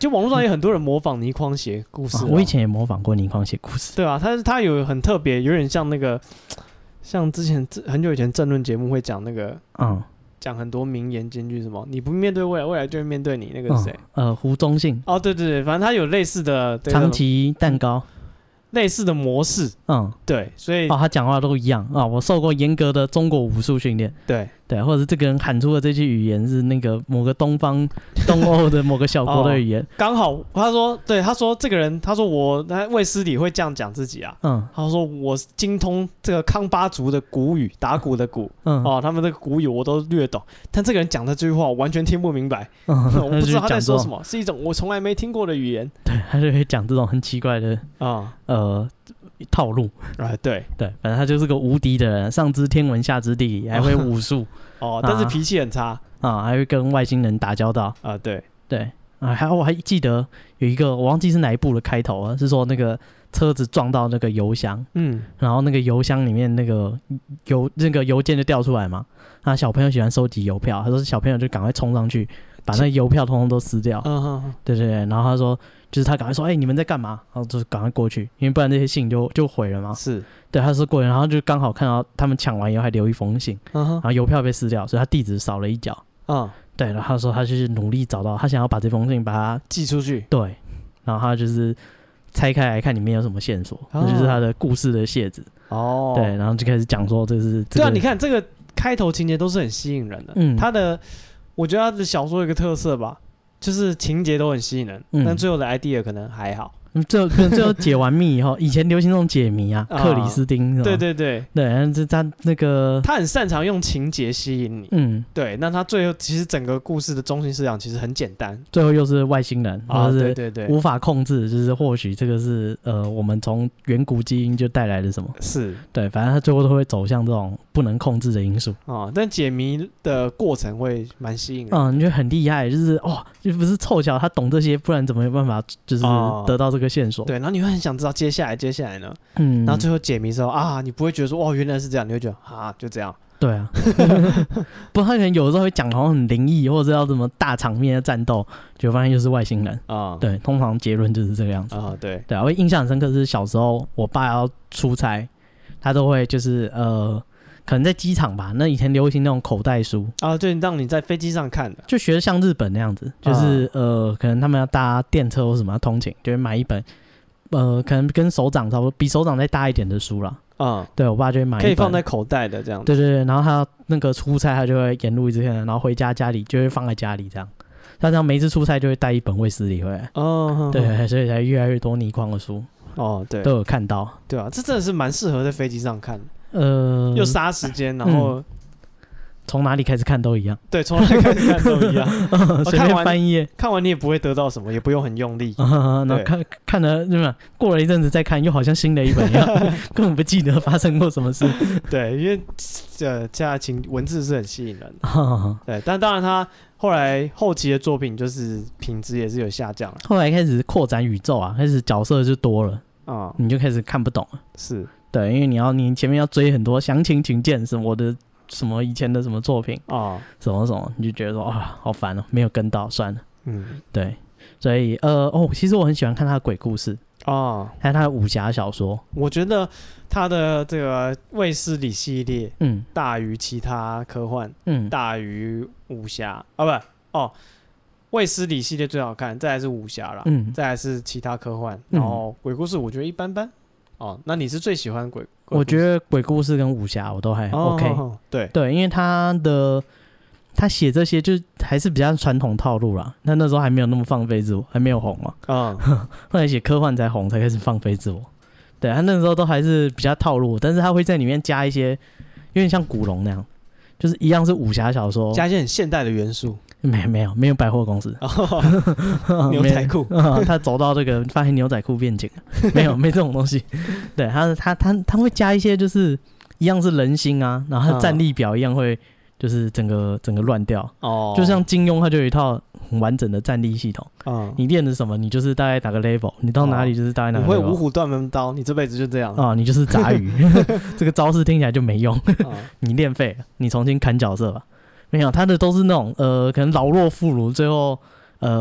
就网络上也很多人模仿倪匡写故事、 我以前也模仿过倪匡写故事。 对啊，他有很特别，有点像那个，像之前很久以前政论节目会讲那个，讲很多名言金句，什么你不面对未来，未来就会面对你。那个是谁？ 胡忠信。 哦，对对对，反正他有类似的长崎蛋糕。 类似的模式，对，所以他讲话都一样啊。我受过严格的中国武术训练， 对， 或者是这个人喊出的这句语言是那个某个东欧的某个小国的语言， 刚好他说这个人，他说卫斯理会这样讲自己啊，他说我精通这个康巴族的古语，打鼓的鼓，他们的古语我都略懂，但这个人讲的这句话我完全听不明白，我不知道他在说什么，是一种我从来没听过的语言， 对，他就会讲这种很奇怪的套路对， 反正他就是个无敌的人，上知天文下知地理，还会武术但是脾气很差还会跟外星人打交道对， 我还记得有一个我忘记是哪一部的开头啊，是说那个车子撞到那个油箱，然后那个油箱里面那个邮件就掉出来嘛，小朋友喜欢收集邮票，他说小朋友就赶快冲上去把那个邮票通通都撕掉，对，然后他说就是他赶快说你们在干嘛，然后就赶快过去，因为不然这些信就毁了嘛， 是对，他说过去，然后就刚好看到他们抢完以后还留一封信，然后邮票被撕掉，所以他地址少了一角，对，然后他说他就是努力找到，他想要把这封信把它寄出去， 对，然后他就是拆开来看里面有什么线索，这就是他的故事的楔子，对，然后就开始讲说这是对啊，你看这个开头情节都是很吸引人的，我觉得他的小说有一个特色吧，就是情节都很吸引人，但最后的 idea 可能还好。 最后解完密以后，以前流行那种解谜啊，克里斯汀， 对， 他那个他很擅长用情节吸引你，对，那他最后其实整个故事的中心思想其实很简单， 最后又是外星人对， 无法控制，就是或许这个是我们从远古基因就带来的什么， 是对，反正他最后都会走向这种不能控制的因素但解谜的过程会蛮吸引人， 你觉得很厉害，就是就不是凑巧他懂这些，不然怎么有办法就是得到这个线索， 对，然后你会很想知道接下来呢，然后最后解谜的时候你不会觉得说原来是这样，你会觉得就这样， 对啊，不过他可能有的时候会讲好像很灵异，或者要什么大场面的战斗，就发现就是外星人对，通常结论就是这个样子对，我印象很深刻是小时候我爸要出差，他都会就是可能在机场吧，那以前流行那种口袋书对，让你在飞机上看的， 就学得像日本那样子，就是可能他们要搭电车或什么要通勤，就会买一本可能跟手掌差不多，比手掌再大一点的书啦。对，我爸就会买一本可以放在口袋的这样子。 对，然后他那个出差，他就会沿路一直看，然后回家里就会放在家里这样。他这样每一次出差就会带一本卫斯理回来。对，所以才越来越多倪匡的书。 对， 都有看到。 对啊，这真的是蛮适合在飞机上看的。又杀时间，然后从哪里开始看都一样。 对，从哪里开始看都一样。 随便翻一页， 看完你也不会得到什么，也不用很用力。 然后看了，对吧？过了一阵子再看，又好像新的一本一样，根本不记得发生过什么事。 对，因为文字是很吸引人的。对，但当然他后期的作品就是品质也是有下降了。 后来开始扩展宇宙开始角色就多了你就开始看不懂了。 是。 对，因为你前面要追很多详情请见什么的，什么以前的什么作品什么，你就觉得说好烦没有跟到，算了。对，所以其实我很喜欢看他的鬼故事还有他的武侠小说。 我觉得他的这个卫斯理系列大于其他科幻大于武侠卫斯理系列最好看，再来是武侠啦再来是其他科幻然后鬼故事我觉得一般般那你是最喜欢鬼故事？ 我觉得鬼故事跟武侠我都还 OK。对，因为他写这些就还是比较传统套路啦。那时候还没有那么放飞自我，还没有红嘛。后来写科幻才红，才开始放飞自我。对，他那时候都还是比较套路，但是他会在里面加一些有点像古龙那样，就是一样是武侠小说， 加一些很现代的元素。 没有百货公司牛仔裤他走到这个发现牛仔裤变紧了，没这种东西。对，他会加一些就是一样是人心然后他战力表一样会就是整个乱掉就像金庸他就有一套很完整的战力系统你练的什么你就是大概打个 level， 你到哪里就是大概哪个 level。 你会五虎断门刀，你这辈子就这样你就是杂鱼这个招式听起来就没用你练废了，你重新砍角色吧。没有，他的都是那种可能老弱妇孺，最后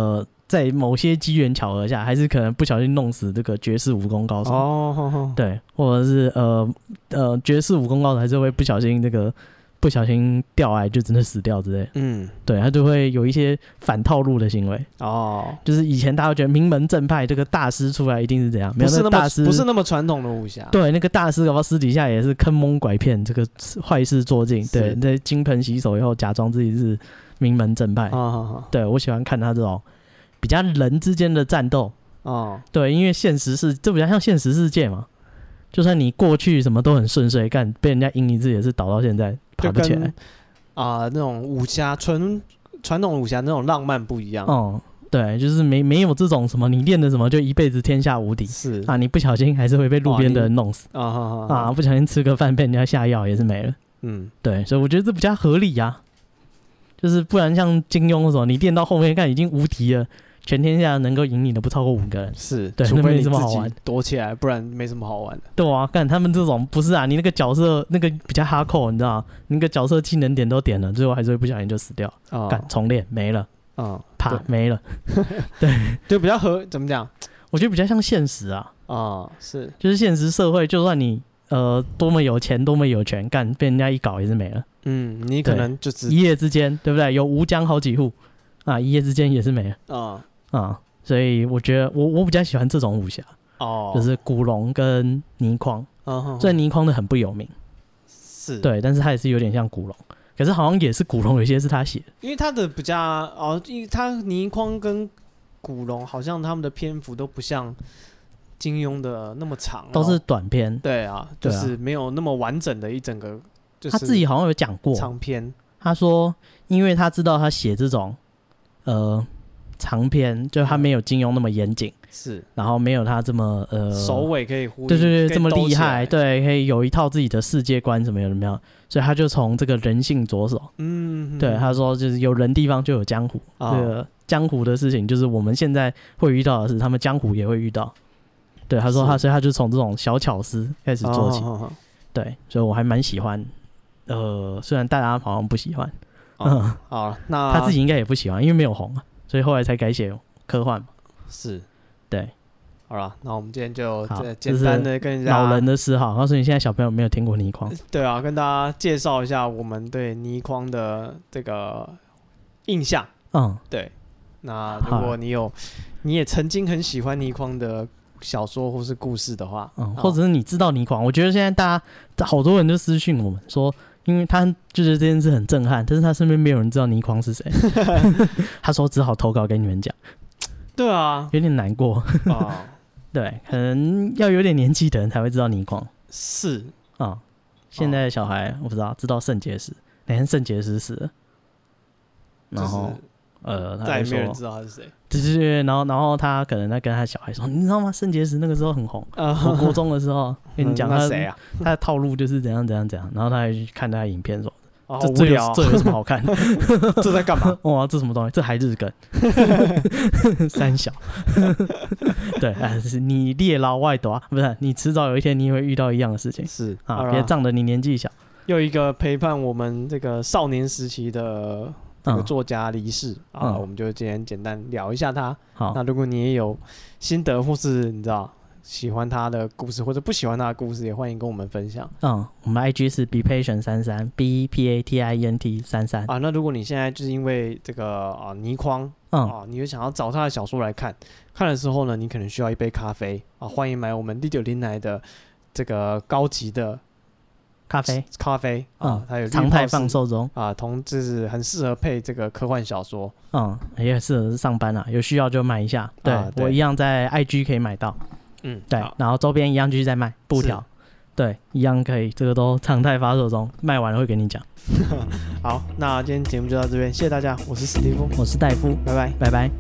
在某些机缘巧合下，还是可能不小心弄死这个绝世武功高手对，或者是绝世武功高手还是会不小心掉崖就真的死掉之类，对，他就会有一些反套路的行为就是以前大家觉得名门正派这个大师出来一定是怎样，没有那个大师不是那么传统的武侠， 对，那个大师搞不好私底下也是坑蒙拐骗，这个坏事做尽，对，在金盆洗手以后假装自己是名门正派，对，我喜欢看他这种比较人之间的战斗，对，因为这比较像现实世界嘛，就算你过去什么都很顺遂，干被人家赢一次也是倒到现在爬不起来， 那种武侠传统武侠那种浪漫不一样， 对，就是没有这种什么你练的什么就一辈子天下无敌， 是你不小心还是会被路边的人弄死，不小心吃个饭被人家下药也是没了，对，所以我觉得这比较合理啊，就是不然像金庸什么，你练到后面看已经无敌了。全天下能够赢你的不超过5个人， 是， 对， 除非你自己躲起来，不然没什么好玩的。 对啊，干他们这种不是啊，你那个角色那个比较哈扣，你知道，你那个角色技能点都点了，最后还是会不小心就死掉，干重练没了，啪没了，对， 就比较怎么讲？ 我觉得比较像现实啊， 是， 就是现实社会，就算你多么有钱，多么有权，干被人家一搞也是没了， 你可能就一夜之间，对不对？有吴江好几户一夜之间也是没了，所以我觉得我比较喜欢这种武侠，就是古龙跟倪匡，虽然倪匡的很不有名， 是对，但是他也是有点像古龙，可是好像也是古龙有些是他写的， 因为他的比较因为他倪匡跟古龙好像他们的篇幅都不像金庸的那么长， 都是短篇， 对啊，就是没有那么完整的一整个，就是他自己好像有讲过长篇， 他说因为他知道他写这种长篇，就他没有金庸那么严谨， 是， 然后没有他这么首尾可以呼应， 对，这么厉害，对，可以有一套自己的世界观什么有没有？所以他就从这个人性着手，对，他说就是有人地方就有江湖，这个江湖的事情就是我们现在会遇到的事，他们江湖也会遇到，对，他说所以他就从这种小巧思开始做起，对，所以我还蛮喜欢，虽然大家好像不喜欢，那他自己应该也不喜欢，因为没有红啊。所以后来才改写科幻嘛， 是， 对， 好了，那我们今天就简单的跟老人的嗜好，告诉你现在小朋友没有听过倪匡， 对啊，跟大家介绍一下我们对倪匡的这个印象，对，那如果你也曾经很喜欢倪匡的小说或是故事的话， 或者是你知道倪匡，我觉得现在大家好多人就私讯我们说。因为他就觉得这件事很震撼，但是他身边没有人知道倪匡是谁，他说只好投稿给你们讲。 对啊， 有点难过对，可能要有点年纪的人才会知道倪匡。 是现在的小孩我不知道，知道肾结石，那天肾结石死了，然后再也没有人知道他是谁。 对，然后他可能在跟他小孩说，你知道吗？肾结石那个时候很红，我国中的时候跟你讲他的套路就是怎样，然后他还去看他的影片说，这有什么好看？ 这在干嘛？ 哇，这什么东西？这还日梗？三小，对，你猎捞外夺，不是你迟早有一天你也会遇到一样的事情， 是别仗着你年纪小。 又一个陪伴我们这个少年时期的。这个作家离世我们就今天简单聊一下他。好，那如果你也有心得或是你知道喜欢他的故事或者不喜欢他的故事，也欢迎跟我们分享。 我们 IG 是 bepatient33 BEPATIENT33 那如果你现在就是因为这个倪匡你会想要找他的小说来看的时候呢，你可能需要一杯咖啡欢迎买我们690来的这个高级的。咖啡它有常态放售中就是很适合配这个科幻小说， 也适合上班有需要就买一下。对，我一样在 IG 可以买到，对，然后周边一样继续在卖布条，对，一样可以，这个都常态发售中，卖完了会给你讲。 好，那今天节目就到这边，谢谢大家，我是史蒂夫， 我是戴夫， 拜拜， 拜拜。